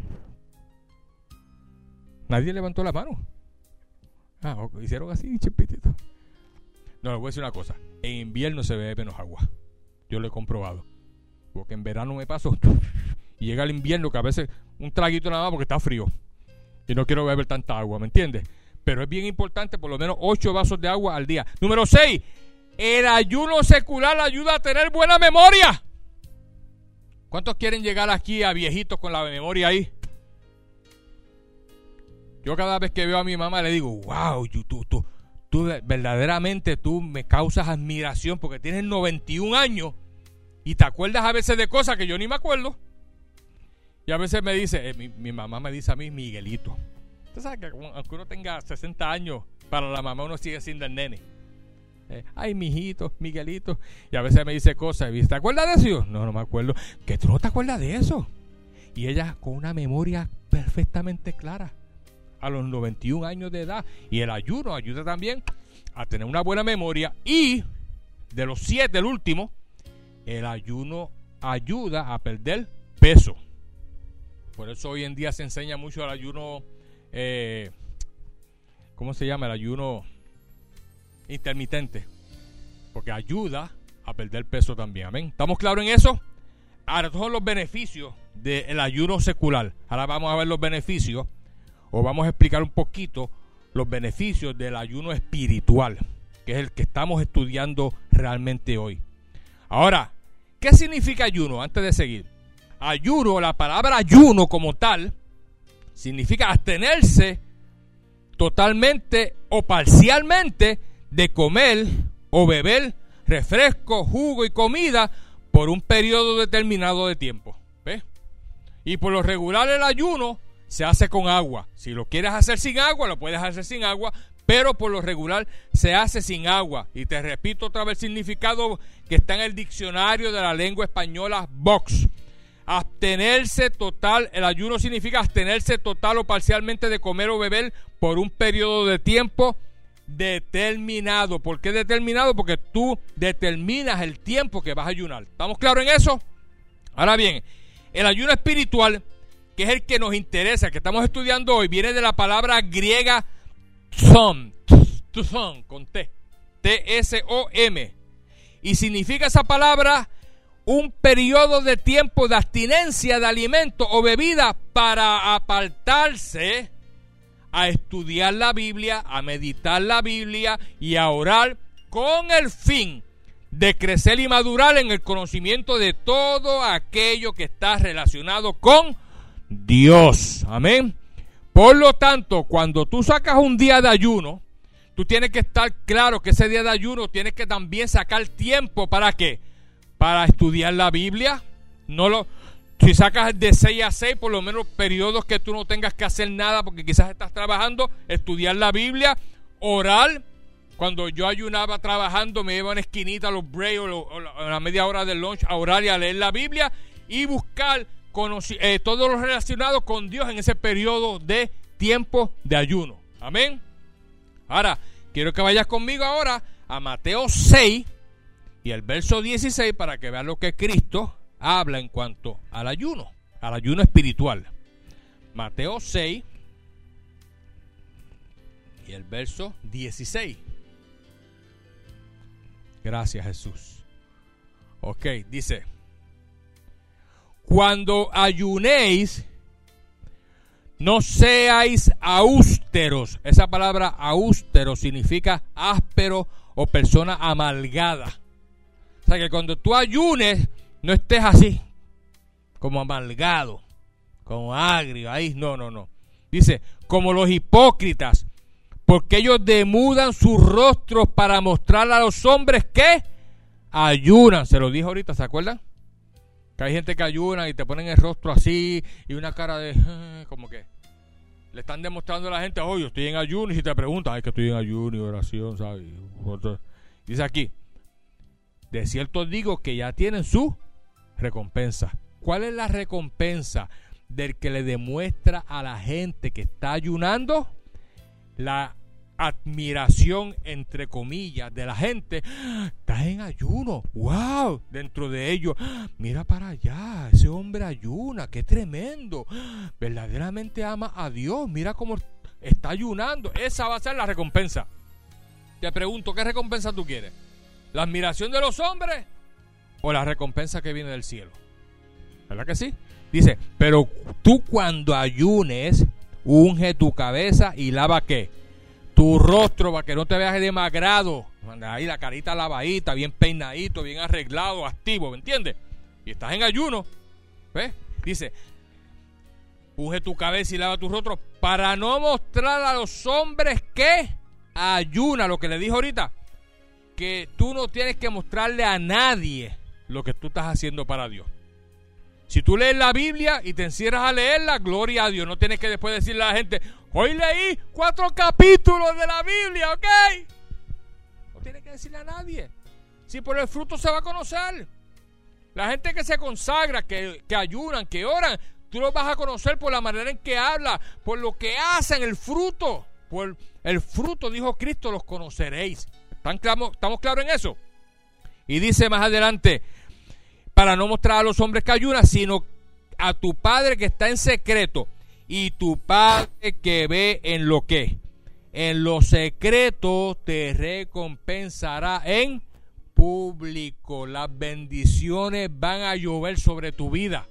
Nadie levantó la mano. Ah, hicieron así, chipitito. No, les voy a decir una cosa. En invierno se bebe menos agua. Yo lo he comprobado. Porque en verano me paso y llega el invierno que a veces un traguito nada más porque está frío y no quiero beber tanta agua, ¿me entiendes? pero es bien importante, por lo menos ocho vasos de agua al día. Número seis, el ayuno secular ayuda a tener buena memoria. ¿Cuántos quieren llegar aquí a viejitos con la memoria ahí? Yo cada vez que veo a mi mamá le digo, wow, tú, tú, tú, tú verdaderamente tú me causas admiración porque tienes noventa y un años y te acuerdas a veces de cosas que yo ni me acuerdo. Y a veces me dice, eh, mi, mi mamá me dice a mí, Miguelito. Usted sabe que aunque uno tenga sesenta años, para la mamá uno sigue siendo el nene. Eh, Ay, mijito, Miguelito. Y a veces me dice cosas. ¿Te acuerdas de eso? Yo, no, no me acuerdo. ¿Que tú no te acuerdas de eso? Y ella con una memoria perfectamente clara a los noventa y un años de edad. Y el ayuno ayuda también a tener una buena memoria. Y de los siete, el último, el ayuno ayuda a perder peso. Por eso hoy en día se enseña mucho el ayuno, eh, ¿cómo se llama? El ayuno intermitente, porque ayuda a perder peso también. Amén. ¿Estamos claros en eso? Ahora, todos los beneficios del ayuno secular. Ahora vamos a ver los beneficios, o vamos a explicar un poquito los beneficios del ayuno espiritual, que es el que estamos estudiando realmente hoy. Ahora, ¿qué significa ayuno? Antes de seguir, ayuno, la palabra ayuno como tal, significa abstenerse totalmente o parcialmente de comer o beber refresco, jugo y comida por un periodo determinado de tiempo. ¿Ves? Y por lo regular el ayuno se hace con agua. Si lo quieres hacer sin agua, lo puedes hacer sin agua, pero por lo regular se hace sin agua. Y te repito otra vez el significado que está en el diccionario de la lengua española Vox. Abstenerse total, el ayuno significa abstenerse total o parcialmente de comer o beber por un periodo de tiempo determinado. ¿Por qué determinado? Porque tú determinas el tiempo que vas a ayunar. ¿Estamos claros en eso? Ahora bien, el ayuno espiritual, que es el que nos interesa, que estamos estudiando hoy, viene de la palabra griega tsom, tsom, con T, T S O M, y significa esa palabra un periodo de tiempo de abstinencia de alimento o bebida para apartarse a estudiar la Biblia, a meditar la Biblia y a orar con el fin de crecer y madurar en el conocimiento de todo aquello que está relacionado con Dios. Amén. Por lo tanto, cuando tú sacas un día de ayuno, tú tienes que estar claro que ese día de ayuno tienes que también sacar tiempo. ¿Para qué? Para estudiar la Biblia. No lo, si sacas de seis a seis, por lo menos periodos que tú no tengas que hacer nada porque quizás estás trabajando, estudiar la Biblia, orar. Cuando yo ayunaba trabajando, me iba a una esquinita a los breaks o, o la media hora del lunch a orar y a leer la Biblia y buscar conoci- eh, todo lo relacionado con Dios en ese periodo de tiempo de ayuno. Amén. Ahora, quiero que vayas conmigo ahora a Mateo seis y el verso dieciséis para que vean lo que Cristo habla en cuanto al ayuno, al ayuno espiritual. Mateo seis y el verso dieciséis. Gracias, Jesús. Ok, dice: cuando ayunéis, no seáis austeros. Esa palabra austero significa áspero o persona amargada. O sea que cuando tú ayunes, no estés así, como amargado, como agrio, ahí, no, no, no. Dice, como los hipócritas, porque ellos demudan sus rostros para mostrar a los hombres que ayunan. Se lo dije ahorita, ¿se acuerdan? Que hay gente que ayuna y te ponen el rostro así y una cara de, eh, como que le están demostrando a la gente, oh, yo estoy en ayuno. Y si te preguntan, ay, que estoy en ayuno y oración, ¿sabes? Dice aquí, de cierto os digo que ya tienen su recompensa. ¿Cuál es la recompensa del que le demuestra a la gente que está ayunando? La admiración, entre comillas, de la gente. Estás en ayuno, wow. Dentro de ellos, mira para allá, ese hombre ayuna, qué tremendo, verdaderamente ama a Dios, mira cómo está ayunando. Esa va a ser la recompensa. Te pregunto, ¿qué recompensa tú quieres? ¿La admiración de los hombres o la recompensa que viene del cielo? ¿Verdad que sí? Dice, pero tú cuando ayunes, unge tu cabeza y lava ¿qué? tu rostro para que no te veas demacrado. Ahí la carita lavadita, bien peinadito, bien arreglado, activo, ¿me entiendes? Y estás en ayuno, ¿ves? Dice, unge tu cabeza y lava tu rostro para no mostrar a los hombres que ayuna. Lo que le dijo ahorita, que tú no tienes que mostrarle a nadie lo que tú estás haciendo para Dios. Si tú lees la Biblia y te encierras a leerla, gloria a Dios. No tienes que después decirle a la gente, hoy leí cuatro capítulos de la Biblia, ¿ok? No tienes que decirle a nadie. Si por el fruto se va a conocer. La gente que se consagra, que, que ayunan, que oran, tú los vas a conocer por la manera en que habla, por lo que hacen, el fruto. Por el fruto, dijo Cristo, los conoceréis. ¿Están claro, ¿Estamos claros en eso? Y dice más adelante, para no mostrar a los hombres que ayunan, sino a tu Padre que está en secreto, y tu Padre que ve en lo que, en lo secreto te recompensará en público. Las bendiciones van a llover sobre tu vida.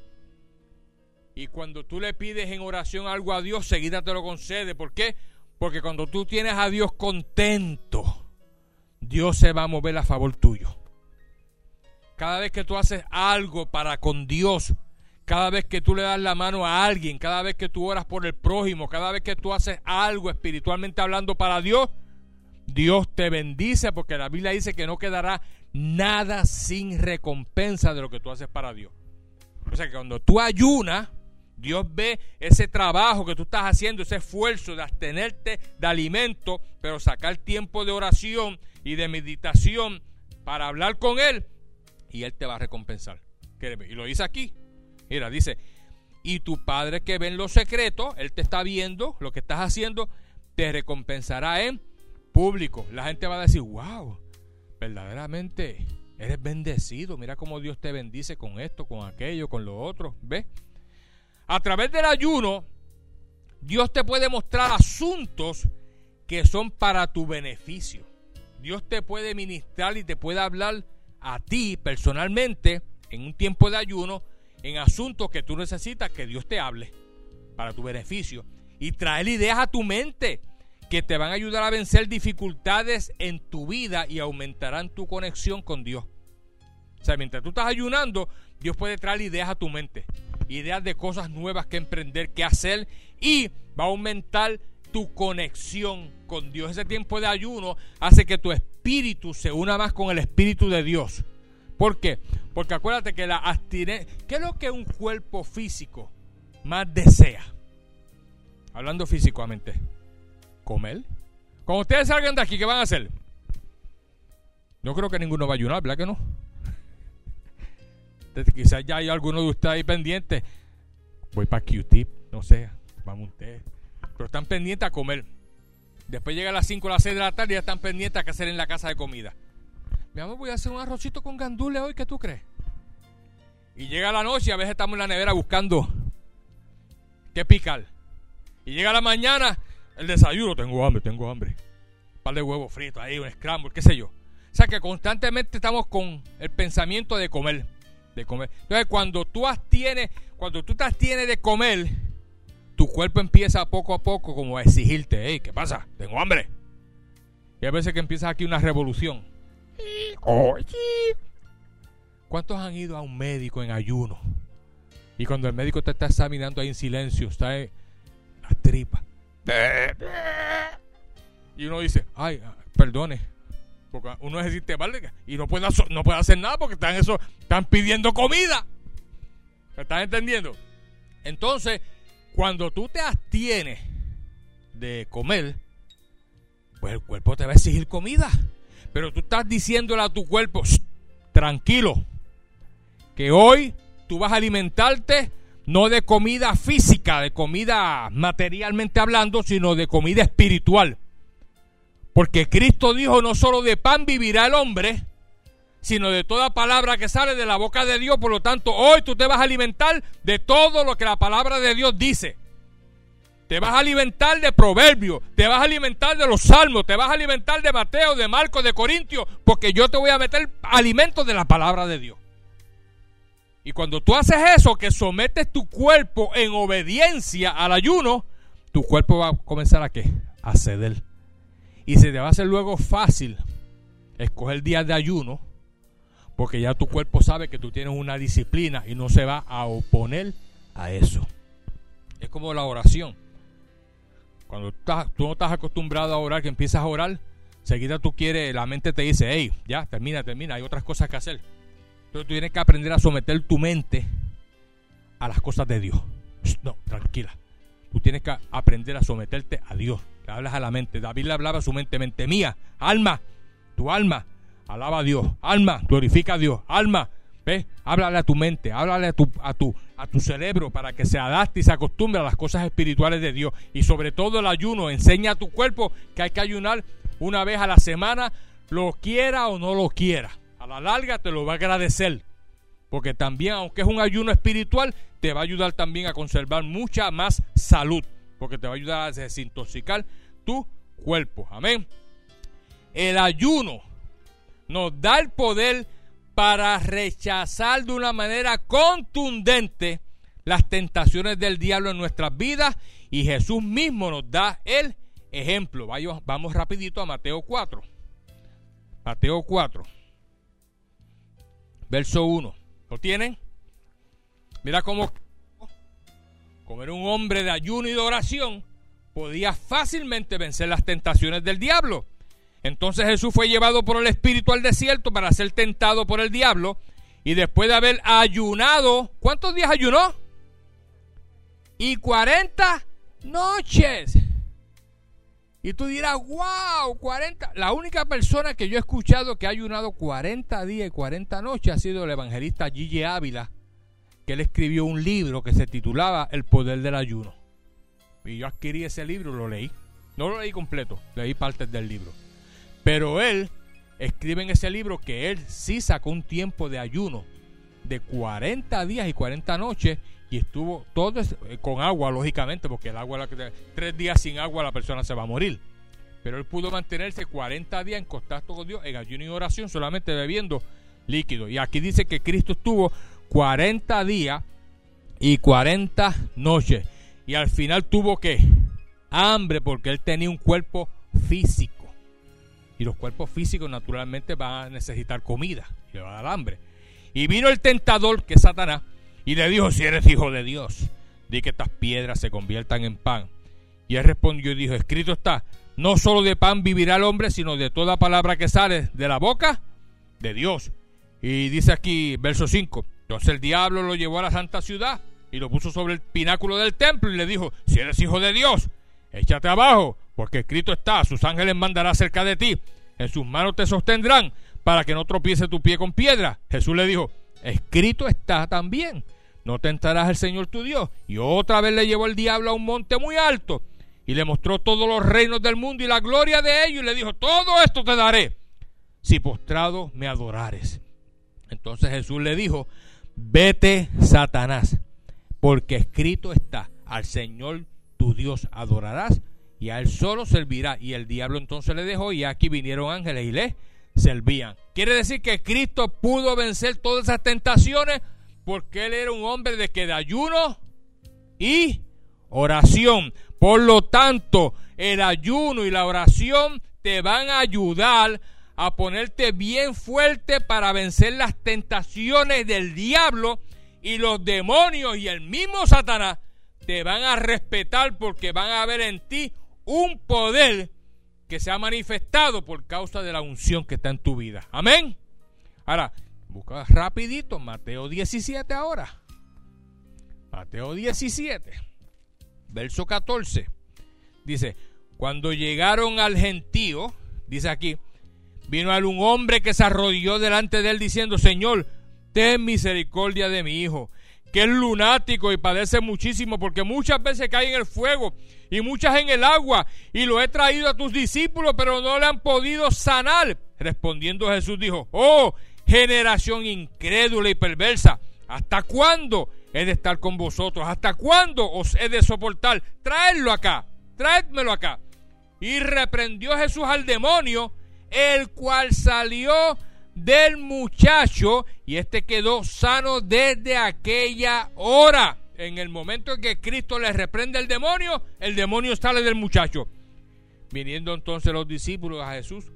Y cuando tú le pides en oración algo a Dios, seguida te lo concede. ¿Por qué? Porque cuando tú tienes a Dios contento, Dios se va a mover a favor tuyo. Cada vez que tú haces algo para con Dios, cada vez que tú le das la mano a alguien, cada vez que tú oras por el prójimo, cada vez que tú haces algo espiritualmente hablando para Dios, Dios te bendice, porque la Biblia dice que no quedará nada sin recompensa de lo que tú haces para Dios. O sea que cuando tú ayunas, Dios ve ese trabajo que tú estás haciendo, ese esfuerzo de abstenerte de alimento, pero sacar tiempo de oración y de meditación para hablar con Él, y Él te va a recompensar. Y lo dice aquí. Mira, dice, y tu Padre que ve en lo secreto, Él te está viendo lo que estás haciendo, te recompensará en público. La gente va a decir, wow, verdaderamente eres bendecido. Mira cómo Dios te bendice con esto, con aquello, con lo otro. ¿Ves? A través del ayuno, Dios te puede mostrar asuntos que son para tu beneficio. Dios te puede ministrar y te puede hablar a ti personalmente en un tiempo de ayuno en asuntos que tú necesitas que Dios te hable para tu beneficio, y traer ideas a tu mente que te van a ayudar a vencer dificultades en tu vida y aumentarán tu conexión con Dios. O sea, mientras tú estás ayunando, Dios puede traer ideas a tu mente, ideas de cosas nuevas que emprender, que hacer, y va a aumentar tu conexión con Dios. Ese tiempo de ayuno hace que tu espíritu se una más con el espíritu de Dios. ¿Por qué? Porque acuérdate que la abstinencia, ¿qué es lo que un cuerpo físico más desea? Hablando físicamente, comer. Cuando ustedes salgan de aquí, ¿qué van a hacer? No creo que ninguno va a ayunar, ¿verdad que no? Quizás ya hay alguno de ustedes ahí pendientes. Voy para Q-Tip, no sé, vamos ustedes. Pero están pendientes a comer. Después llega a las cinco o las seis de la tarde y ya están pendientes a qué hacer en la casa de comida. Mi amor, voy a hacer un arrocito con gandules hoy, ¿qué tú crees? Y llega la noche y a veces estamos en la nevera buscando qué picar. Y llega la mañana, el desayuno, tengo hambre, tengo hambre. Un par de huevos fritos ahí, un scramble, qué sé yo. O sea que constantemente estamos con el pensamiento de comer, de comer. Entonces cuando tú abstienes, cuando tú te abstienes de comer, tu cuerpo empieza poco a poco como a exigirte, hey, ¿qué pasa? Tengo hambre. Y a veces que empieza aquí una revolución. ¿Cuántos han ido a un médico en ayuno? Y cuando el médico te está examinando ahí en silencio, está en las tripas. Y uno dice, ay, perdone. Porque uno necesita, ¿vale? Y no puede, no puede hacer nada porque están, eso, están pidiendo comida. ¿Me estás entendiendo? Entonces, cuando tú te abstienes de comer, pues el cuerpo te va a exigir comida. Pero tú estás diciéndole a tu cuerpo, tranquilo, que hoy tú vas a alimentarte no de comida física, de comida materialmente hablando, sino de comida espiritual. Porque Cristo dijo, no solo de pan vivirá el hombre, sino de toda palabra que sale de la boca de Dios. Por lo tanto, hoy tú te vas a alimentar de todo lo que la palabra de Dios dice. Te vas a alimentar de Proverbios, te vas a alimentar de los Salmos, te vas a alimentar de Mateo, de Marcos, de Corintios, porque yo te voy a meter alimentos de la palabra de Dios. Y cuando tú haces eso, que sometes tu cuerpo en obediencia al ayuno, tu cuerpo va a comenzar a ¿qué? A ceder. Y se te va a hacer luego fácil escoger días de ayuno, porque ya tu cuerpo sabe que tú tienes una disciplina y no se va a oponer a eso. Es como la oración. Cuando tú, estás, tú no estás acostumbrado a orar, que empiezas a orar, seguida tú quieres, la mente te dice, hey, ya, termina, termina, hay otras cosas que hacer. Entonces tú tienes que aprender a someter tu mente a las cosas de Dios. No, tranquila. Tú tienes que aprender a someterte a Dios. Le hablas a la mente. David le hablaba a su mente, mente mía, alma, tu alma, alaba a Dios. Alma, glorifica a Dios. Alma, ¿ves? Háblale a tu mente, háblale a tu, a tu, a tu cerebro para que se adapte y se acostumbre a las cosas espirituales de Dios. Y sobre todo el ayuno. Enseña a tu cuerpo que hay que ayunar una vez a la semana, lo quiera o no lo quiera. A la larga te lo va a agradecer. Porque también, aunque es un ayuno espiritual, te va a ayudar también a conservar mucha más salud. Porque te va a ayudar a desintoxicar tu cuerpo. Amén. El ayuno nos da el poder para rechazar de una manera contundente las tentaciones del diablo en nuestras vidas. Y Jesús mismo nos da el ejemplo. Vamos rapidito a Mateo cuatro. Mateo cuatro. Verso uno. ¿Lo tienen? Mira cómo, como era un hombre de ayuno y de oración, podía fácilmente vencer las tentaciones del diablo. Entonces Jesús fue llevado por el Espíritu al desierto para ser tentado por el diablo. Y después de haber ayunado, ¿cuántos días ayunó? Y cuarenta noches. Y tú dirás, wow, cuarenta. La única persona que yo he escuchado que ha ayunado cuarenta días y cuarenta noches ha sido el evangelista Gigi Ávila, que él escribió un libro que se titulaba El Poder del Ayuno. Y yo adquirí ese libro, lo leí. No lo leí completo, leí partes del libro. Pero él escribe en ese libro que él sí sacó un tiempo de ayuno de cuarenta días y cuarenta noches. Y estuvo todo con agua, lógicamente, porque el agua, tres días sin agua la persona se va a morir. Pero él pudo mantenerse cuarenta días en contacto con Dios, en ayuno y oración, solamente bebiendo líquido. Y aquí dice que Cristo estuvo cuarenta días y cuarenta noches. Y al final tuvo que hambre, porque él tenía un cuerpo físico. Y los cuerpos físicos naturalmente van a necesitar comida, y le va a dar hambre. Y vino el tentador, que es Satanás, y le dijo, si eres hijo de Dios, di que estas piedras se conviertan en pan. Y él respondió y dijo, escrito está, no solo de pan vivirá el hombre, sino de toda palabra que sale de la boca de Dios. Y dice aquí, verso cinco, entonces el diablo lo llevó a la santa ciudad y lo puso sobre el pináculo del templo y le dijo, si eres hijo de Dios, échate abajo, porque escrito está, sus ángeles mandará cerca de ti, en sus manos te sostendrán, para que no tropiece tu pie con piedra. Jesús le dijo, escrito está también, no tentarás al Señor tu Dios. Y otra vez le llevó el diablo a un monte muy alto y le mostró todos los reinos del mundo y la gloria de ellos y le dijo, todo esto te daré si postrado me adorares. Entonces Jesús le dijo, vete, Satanás, porque escrito está, al Señor tu Dios adorarás y a él solo servirá. Y el diablo entonces le dejó y aquí vinieron ángeles y le servían. Quiere decir que Cristo pudo vencer todas esas tentaciones porque él era un hombre de que de ayuno y oración. Por lo tanto, el ayuno y la oración te van a ayudar a ponerte bien fuerte para vencer las tentaciones del diablo, y los demonios y el mismo Satanás te van a respetar porque van a ver en ti un poder que se ha manifestado por causa de la unción que está en tu vida. Amén. Ahora, busca rapidito Mateo diecisiete ahora. Mateo diecisiete, verso catorce. Dice, cuando llegaron al gentío, dice aquí, vino a él un hombre que se arrodilló delante de él diciendo, Señor, ten misericordia de mi hijo, que es lunático y padece muchísimo, porque muchas veces cae en el fuego y muchas en el agua, y lo he traído a tus discípulos, pero no le han podido sanar. Respondiendo Jesús dijo, oh, generación incrédula y perversa, ¿hasta cuándo he de estar con vosotros? ¿Hasta cuándo os he de soportar? Traedlo acá, traédmelo acá. Y reprendió Jesús al demonio, el cual salió del muchacho, y este quedó sano desde aquella hora. En el momento en que Cristo le reprende al demonio, el demonio sale del muchacho. Viniendo entonces los discípulos a Jesús,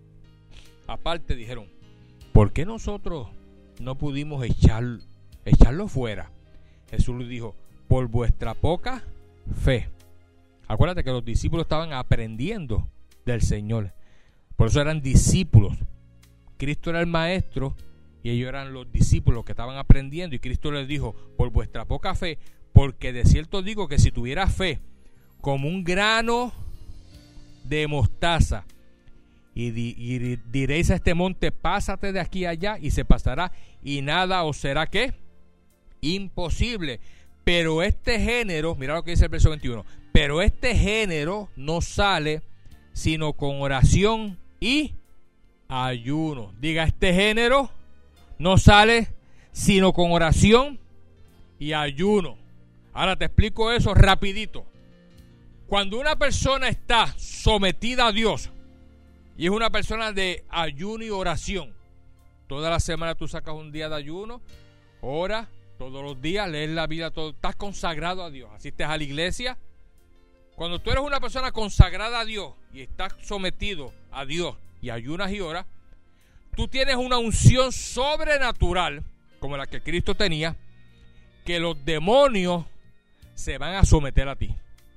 aparte dijeron, ¿por qué nosotros no pudimos echar, echarlo fuera? Jesús les dijo, por vuestra poca fe. Acuérdate que los discípulos estaban aprendiendo del Señor. Por eso eran discípulos. Cristo era el maestro y ellos eran los discípulos que estaban aprendiendo. Y Cristo les dijo, por vuestra poca fe, porque de cierto digo que si tuviera fe como un grano de mostaza, y, di, y diréis a este monte, pásate de aquí a allá, y se pasará, y nada os será ¿qué? Imposible. Pero este género, mira lo que dice el verso veintiuno, pero este género no sale sino con oración y ayuno. Diga, este género no sale sino con oración y ayuno. Ahora te explico eso rapidito. Cuando una persona está sometida a Dios y es una persona de ayuno y oración, toda la semana tú sacas un día de ayuno, ora todos los días, lees la Biblia, todo, estás consagrado a Dios, asistes a la iglesia. Cuando tú eres una persona consagrada a Dios y estás sometido a Dios y ayunas y oras, tú tienes una unción sobrenatural como la que Cristo tenía, que los demonios se van a someter a ti.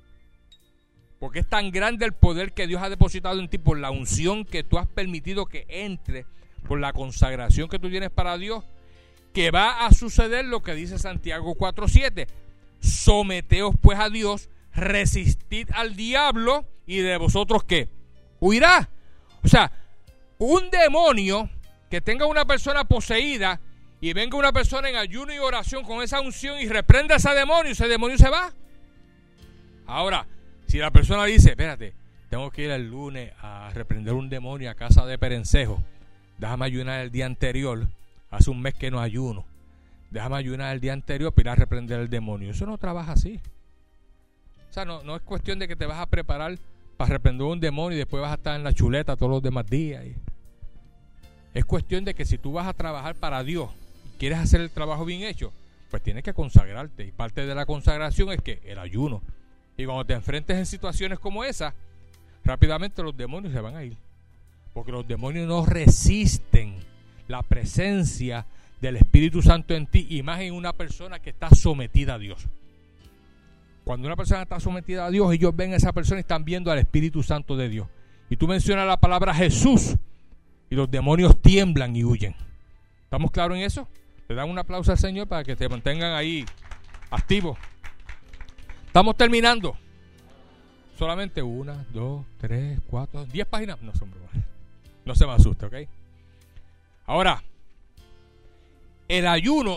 Porque es tan grande el poder que Dios ha depositado en ti por la unción que tú has permitido que entre, por la consagración que tú tienes para Dios, que va a suceder lo que dice Santiago cuatro siete. Someteos pues a Dios, resistid al diablo y de vosotros ¿qué? Huirá. O sea, un demonio que tenga una persona poseída y venga una persona en ayuno y oración con esa unción y reprenda a ese demonio, ese demonio se va. Ahora, si la persona dice, espérate, tengo que ir el lunes a reprender un demonio a casa de Perencejo, déjame ayunar el día anterior, hace un mes que no ayuno, déjame ayunar el día anterior para ir a reprender el demonio. Eso no trabaja así. O sea, no, no es cuestión de que te vas a preparar para reprender un demonio y después vas a estar en la chuleta todos los demás días. Es cuestión de que si tú vas a trabajar para Dios y quieres hacer el trabajo bien hecho, pues tienes que consagrarte. Y parte de la consagración es que el ayuno. Y cuando te enfrentes en situaciones como esa, rápidamente los demonios se van a ir. Porque los demonios no resisten la presencia del Espíritu Santo en ti, y más en una persona que está sometida a Dios. Cuando una persona está sometida a Dios, ellos ven a esa persona y están viendo al Espíritu Santo de Dios. Y tú mencionas la palabra Jesús y los demonios tiemblan y huyen. ¿Estamos claros en eso? Le dan un aplauso al Señor para que te mantengan ahí activos. Estamos terminando. Solamente una, dos, tres, cuatro, diez páginas. No, son bromas. No se me asuste, ¿ok? Ahora, el ayuno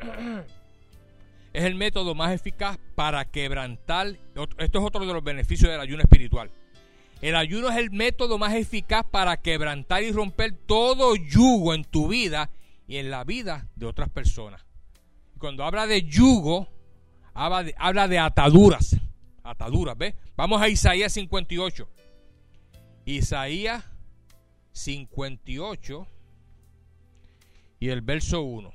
es el método más eficaz para quebrantar. Esto es otro de los beneficios del ayuno espiritual. El ayuno es el método más eficaz para quebrantar y romper todo yugo en tu vida y en la vida de otras personas. Cuando habla de yugo, habla de, habla de ataduras. Ataduras, ¿ves? Vamos a Isaías cincuenta y ocho. Isaías cincuenta y ocho y el verso uno.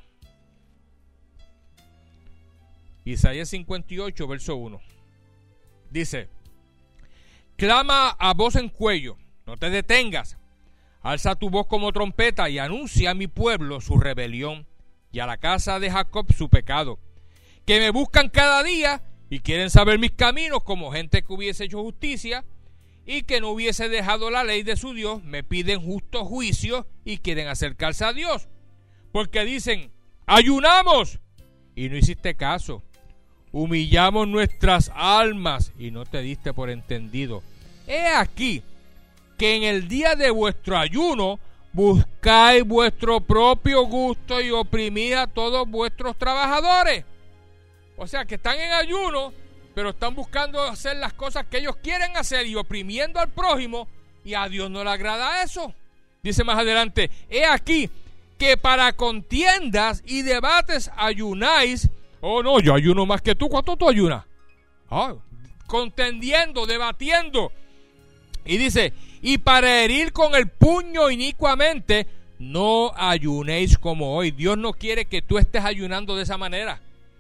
Isaías cincuenta y ocho, verso uno. Dice: clama a voz en cuello, no te detengas. Alza tu voz como trompeta y anuncia a mi pueblo su rebelión y a la casa de Jacob su pecado. Que me buscan cada día y quieren saber mis caminos, como gente que hubiese hecho justicia y que no hubiese dejado la ley de su Dios. Me piden justo juicio y quieren acercarse a Dios. Porque dicen: ayunamos y no hiciste caso. Humillamos nuestras almas y no te diste por entendido. He aquí que en el día de vuestro ayuno buscáis vuestro propio gusto y oprimid a todos vuestros trabajadores. O sea que están en ayuno, pero están buscando hacer las cosas que ellos quieren hacer y oprimiendo al prójimo, y a Dios no le agrada eso. Dice más adelante: he aquí que para contiendas y debates ayunáis. Oh, no, yo ayuno más que tú. ¿Cuánto tú ayunas? Ah, contendiendo, debatiendo. Y dice: y para herir con el puño inicuamente, no ayunéis como hoy. Dios no quiere que tú estés ayunando de esa manera.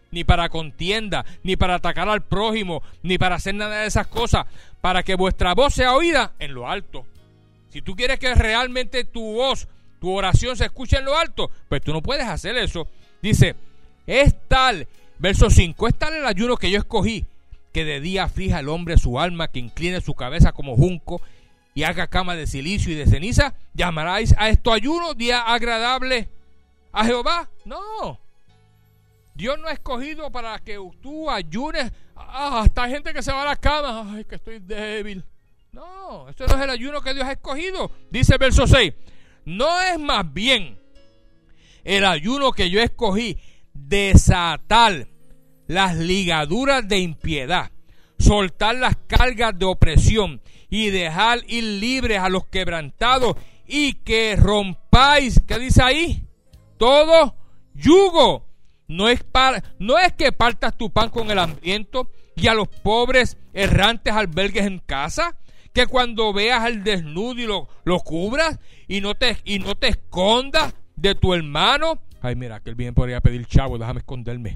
ni para contienda, ni para atacar al prójimo, ni para hacer nada de esas cosas, para que vuestra voz sea oída en lo alto. Si tú quieres que realmente tu voz, tu oración se escuche en lo alto, pues tú no puedes hacer eso. Dice, es tal, verso cinco, es tal el ayuno que yo escogí, que de día aflija al hombre su alma, que incline su cabeza como junco y haga cama de silicio y de ceniza. ¿Llamaráis a esto ayuno, día agradable a Jehová? No. Dios no ha escogido para que tú ayunes. Ah, hasta hay gente que se va a la cama. Ay, que estoy débil. No, eso no es el ayuno que Dios ha escogido. Dice el verso seis. No es más bien el ayuno que yo escogí, desatar las ligaduras de impiedad, soltar las cargas de opresión y dejar ir libres a los quebrantados, y que rompáis, ¿qué dice ahí? Todo yugo. No es, para, no es que partas tu pan con el hambriento y a los pobres errantes albergues en casa, que cuando veas al desnudo y lo, lo cubras y no, te, y no te escondas de tu hermano. Ay, mira, que él bien podría pedir chavo, déjame esconderme.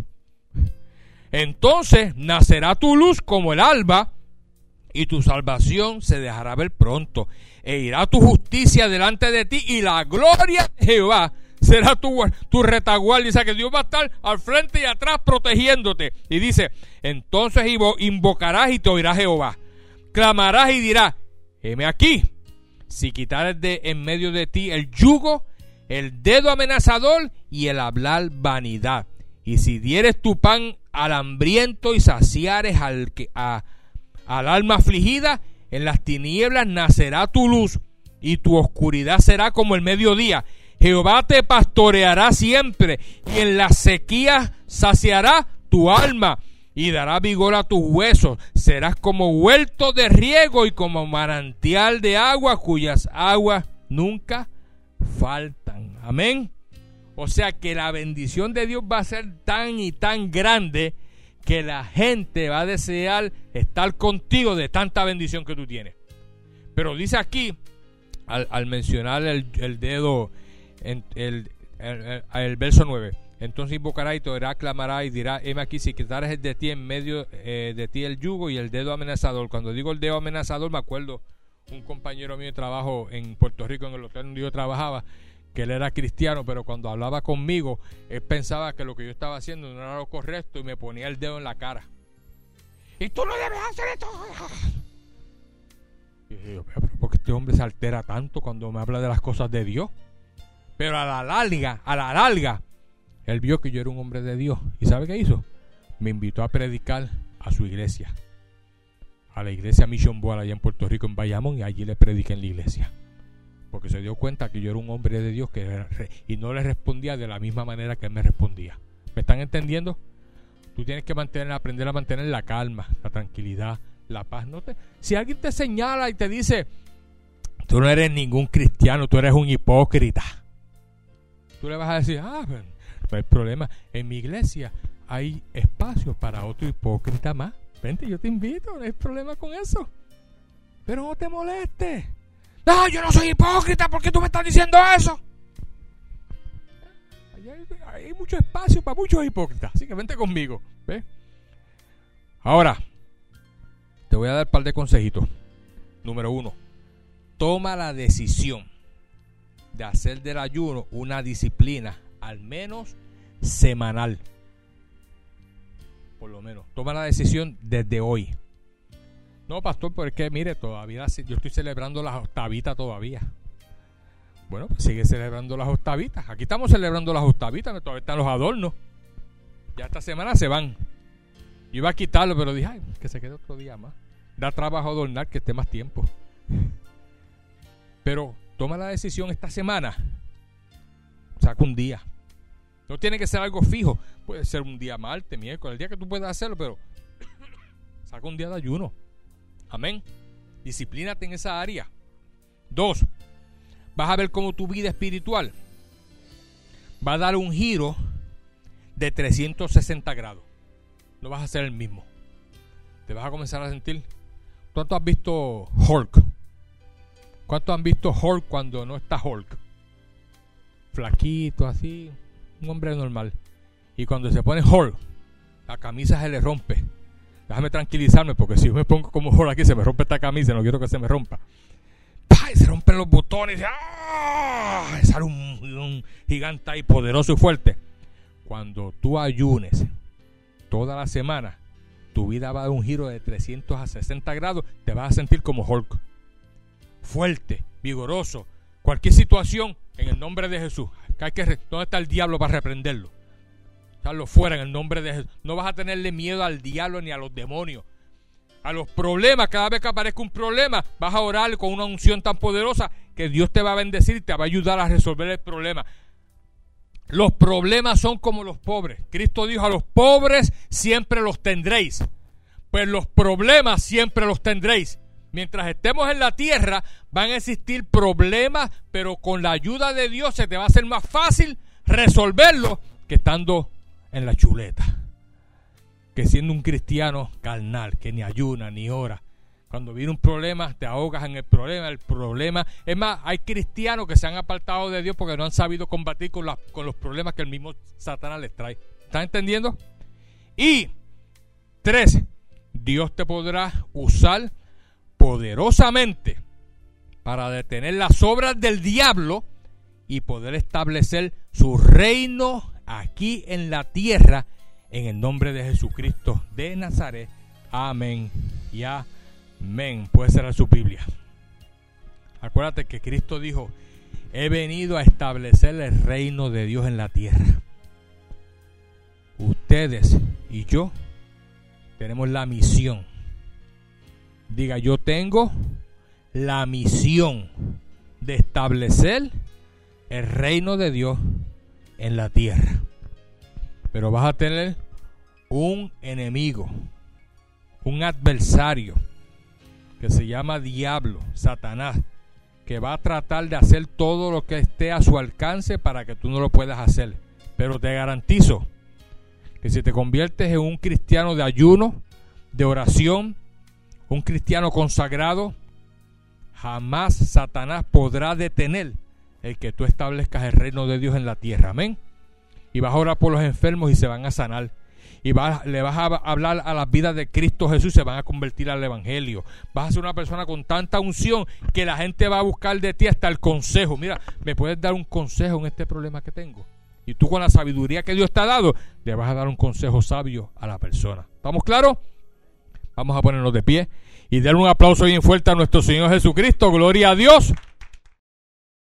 Entonces nacerá tu luz como el alba, y tu salvación se dejará ver pronto, e irá tu justicia delante de ti, y la gloria de Jehová será tu, tu retaguardia. Dice que Dios va a estar al frente y atrás protegiéndote. Y dice, entonces invocarás y te oirá Jehová. Clamarás y dirás, heme aquí. Si quitares de en medio de ti el yugo, el dedo amenazador y el hablar vanidad. Y si dieres tu pan al hambriento y saciares al, a, al alma afligida, en las tinieblas nacerá tu luz y tu oscuridad será como el mediodía. Jehová te pastoreará siempre y en las sequías saciará tu alma y dará vigor a tus huesos. Serás como huerto de riego y como manantial de agua cuyas aguas nunca faltan. Amén. O sea que la bendición de Dios va a ser tan y tan grande que la gente va a desear estar contigo de tanta bendición que tú tienes. Pero dice aquí, al, al mencionar el, el dedo, en, el, el, el, el verso nueve, entonces invocará y te oirá, clamará y dirá, heme aquí, si quitares de ti en medio eh, de ti el yugo y el dedo amenazador. Cuando digo el dedo amenazador, me acuerdo un compañero mío de trabajo en Puerto Rico, en el hotel donde yo trabajaba, que él era cristiano, pero cuando hablaba conmigo, él pensaba que lo que yo estaba haciendo no era lo correcto y me ponía el dedo en la cara. Y tú no debes hacer esto. Y yo, pero ¿por qué este hombre se altera tanto cuando me habla de las cosas de Dios? Pero a la larga, a la larga, él vio que yo era un hombre de Dios. ¿Y sabe qué hizo? Me invitó a predicar a su iglesia, a la iglesia Mission Board allá en Puerto Rico, en Bayamón, y allí le prediqué en la iglesia. Porque se dio cuenta que yo era un hombre de Dios que y no le respondía de la misma manera que él me respondía. ¿Me están entendiendo? Tú tienes que mantener, aprender a mantener la calma, la tranquilidad, la paz. No te, si alguien te señala y te dice, tú no eres ningún cristiano, tú eres un hipócrita, tú le vas a decir, ah, pero no hay problema. En mi iglesia hay espacio para otro hipócrita más. Vente, yo te invito, no hay problema con eso. Pero no te molestes. No, yo no soy hipócrita, ¿por qué tú me estás diciendo eso? Hay, hay mucho espacio para muchos hipócritas, así que vente conmigo. ¿Ves? Ahora, te voy a dar un par de consejitos. Número uno, toma la decisión de hacer del ayuno una disciplina, al menos semanal. Por lo menos, toma la decisión desde hoy. No, pastor, pero es que mire, todavía yo estoy celebrando las octavitas todavía. Bueno, pues sigue celebrando las octavitas. Aquí estamos celebrando las octavitas, todavía están los adornos. Ya esta semana se van. Yo iba a quitarlo, pero dije, ay, que se quede otro día más. Da trabajo adornar, que esté más tiempo. Pero toma la decisión esta semana. Saca un día. No tiene que ser algo fijo. Puede ser un día martes, miércoles, el día que tú puedas hacerlo, pero saca un día de ayuno. Amén. Disciplínate en esa área. Dos, vas a ver cómo tu vida espiritual va a dar un giro de trescientos sesenta grados. No vas a ser el mismo. Te vas a comenzar a sentir. ¿Cuánto has visto Hulk? ¿Cuánto han visto Hulk cuando no está Hulk? Flaquito, así, un hombre normal. Y cuando se pone Hulk, la camisa se le rompe. Déjame tranquilizarme, porque si yo me pongo como Hulk aquí, se me rompe esta camisa, no quiero que se me rompa. ¡Pah! Y se rompen los botones. ¡Ah! Sale un, un gigante ahí poderoso y fuerte. Cuando tú ayunes toda la semana, tu vida va a dar un giro de trescientos sesenta grados. Te vas a sentir como Hulk. Fuerte, vigoroso. Cualquier situación, en el nombre de Jesús. Que hay que, ¿dónde está el diablo para reprenderlo? Echarlo fuera en el nombre de Jesús. No vas a tenerle miedo al diablo ni a los demonios. A los problemas, cada vez que aparezca un problema, vas a orar con una unción tan poderosa que Dios te va a bendecir y te va a ayudar a resolver el problema. Los problemas son como los pobres. Cristo dijo: a los pobres siempre los tendréis. Pues los problemas siempre los tendréis. Mientras estemos en la tierra, van a existir problemas, pero con la ayuda de Dios se te va a hacer más fácil resolverlos que estando en la chuleta. Que siendo un cristiano carnal, que ni ayuna ni ora. Cuando viene un problema, te ahogas en el problema, el problema. Es más, hay cristianos que se han apartado de Dios porque no han sabido combatir con, la, con los problemas que el mismo Satanás les trae. ¿Están entendiendo? Y tres, Dios te podrá usar poderosamente para detener las obras del diablo y poder establecer su reino aquí en la tierra, en el nombre de Jesucristo de Nazaret. Amén y amén. Puede cerrar su Biblia. Acuérdate que Cristo dijo: he venido a establecer el reino de Dios en la tierra. Ustedes y yo tenemos la misión. Diga: yo tengo la misión de establecer el reino de Dios en la tierra. Pero vas a tener un enemigo, un adversario que se llama diablo, Satanás, que va a tratar de hacer todo lo que esté a su alcance para que tú no lo puedas hacer. Pero te garantizo que si te conviertes en un cristiano de ayuno, de oración, un cristiano consagrado, jamás Satanás podrá detener el que tú establezcas el reino de Dios en la tierra. Amén. Y vas a orar por los enfermos y se van a sanar. Y vas, le vas a hablar a las vidas de Cristo Jesús y se van a convertir al evangelio. Vas a ser una persona con tanta unción que la gente va a buscar de ti hasta el consejo. Mira, ¿me puedes dar un consejo en este problema que tengo? Y tú, con la sabiduría que Dios te ha dado, le vas a dar un consejo sabio a la persona. ¿Estamos claros? Vamos a ponernos de pie y darle un aplauso bien fuerte a nuestro Señor Jesucristo. Gloria a Dios.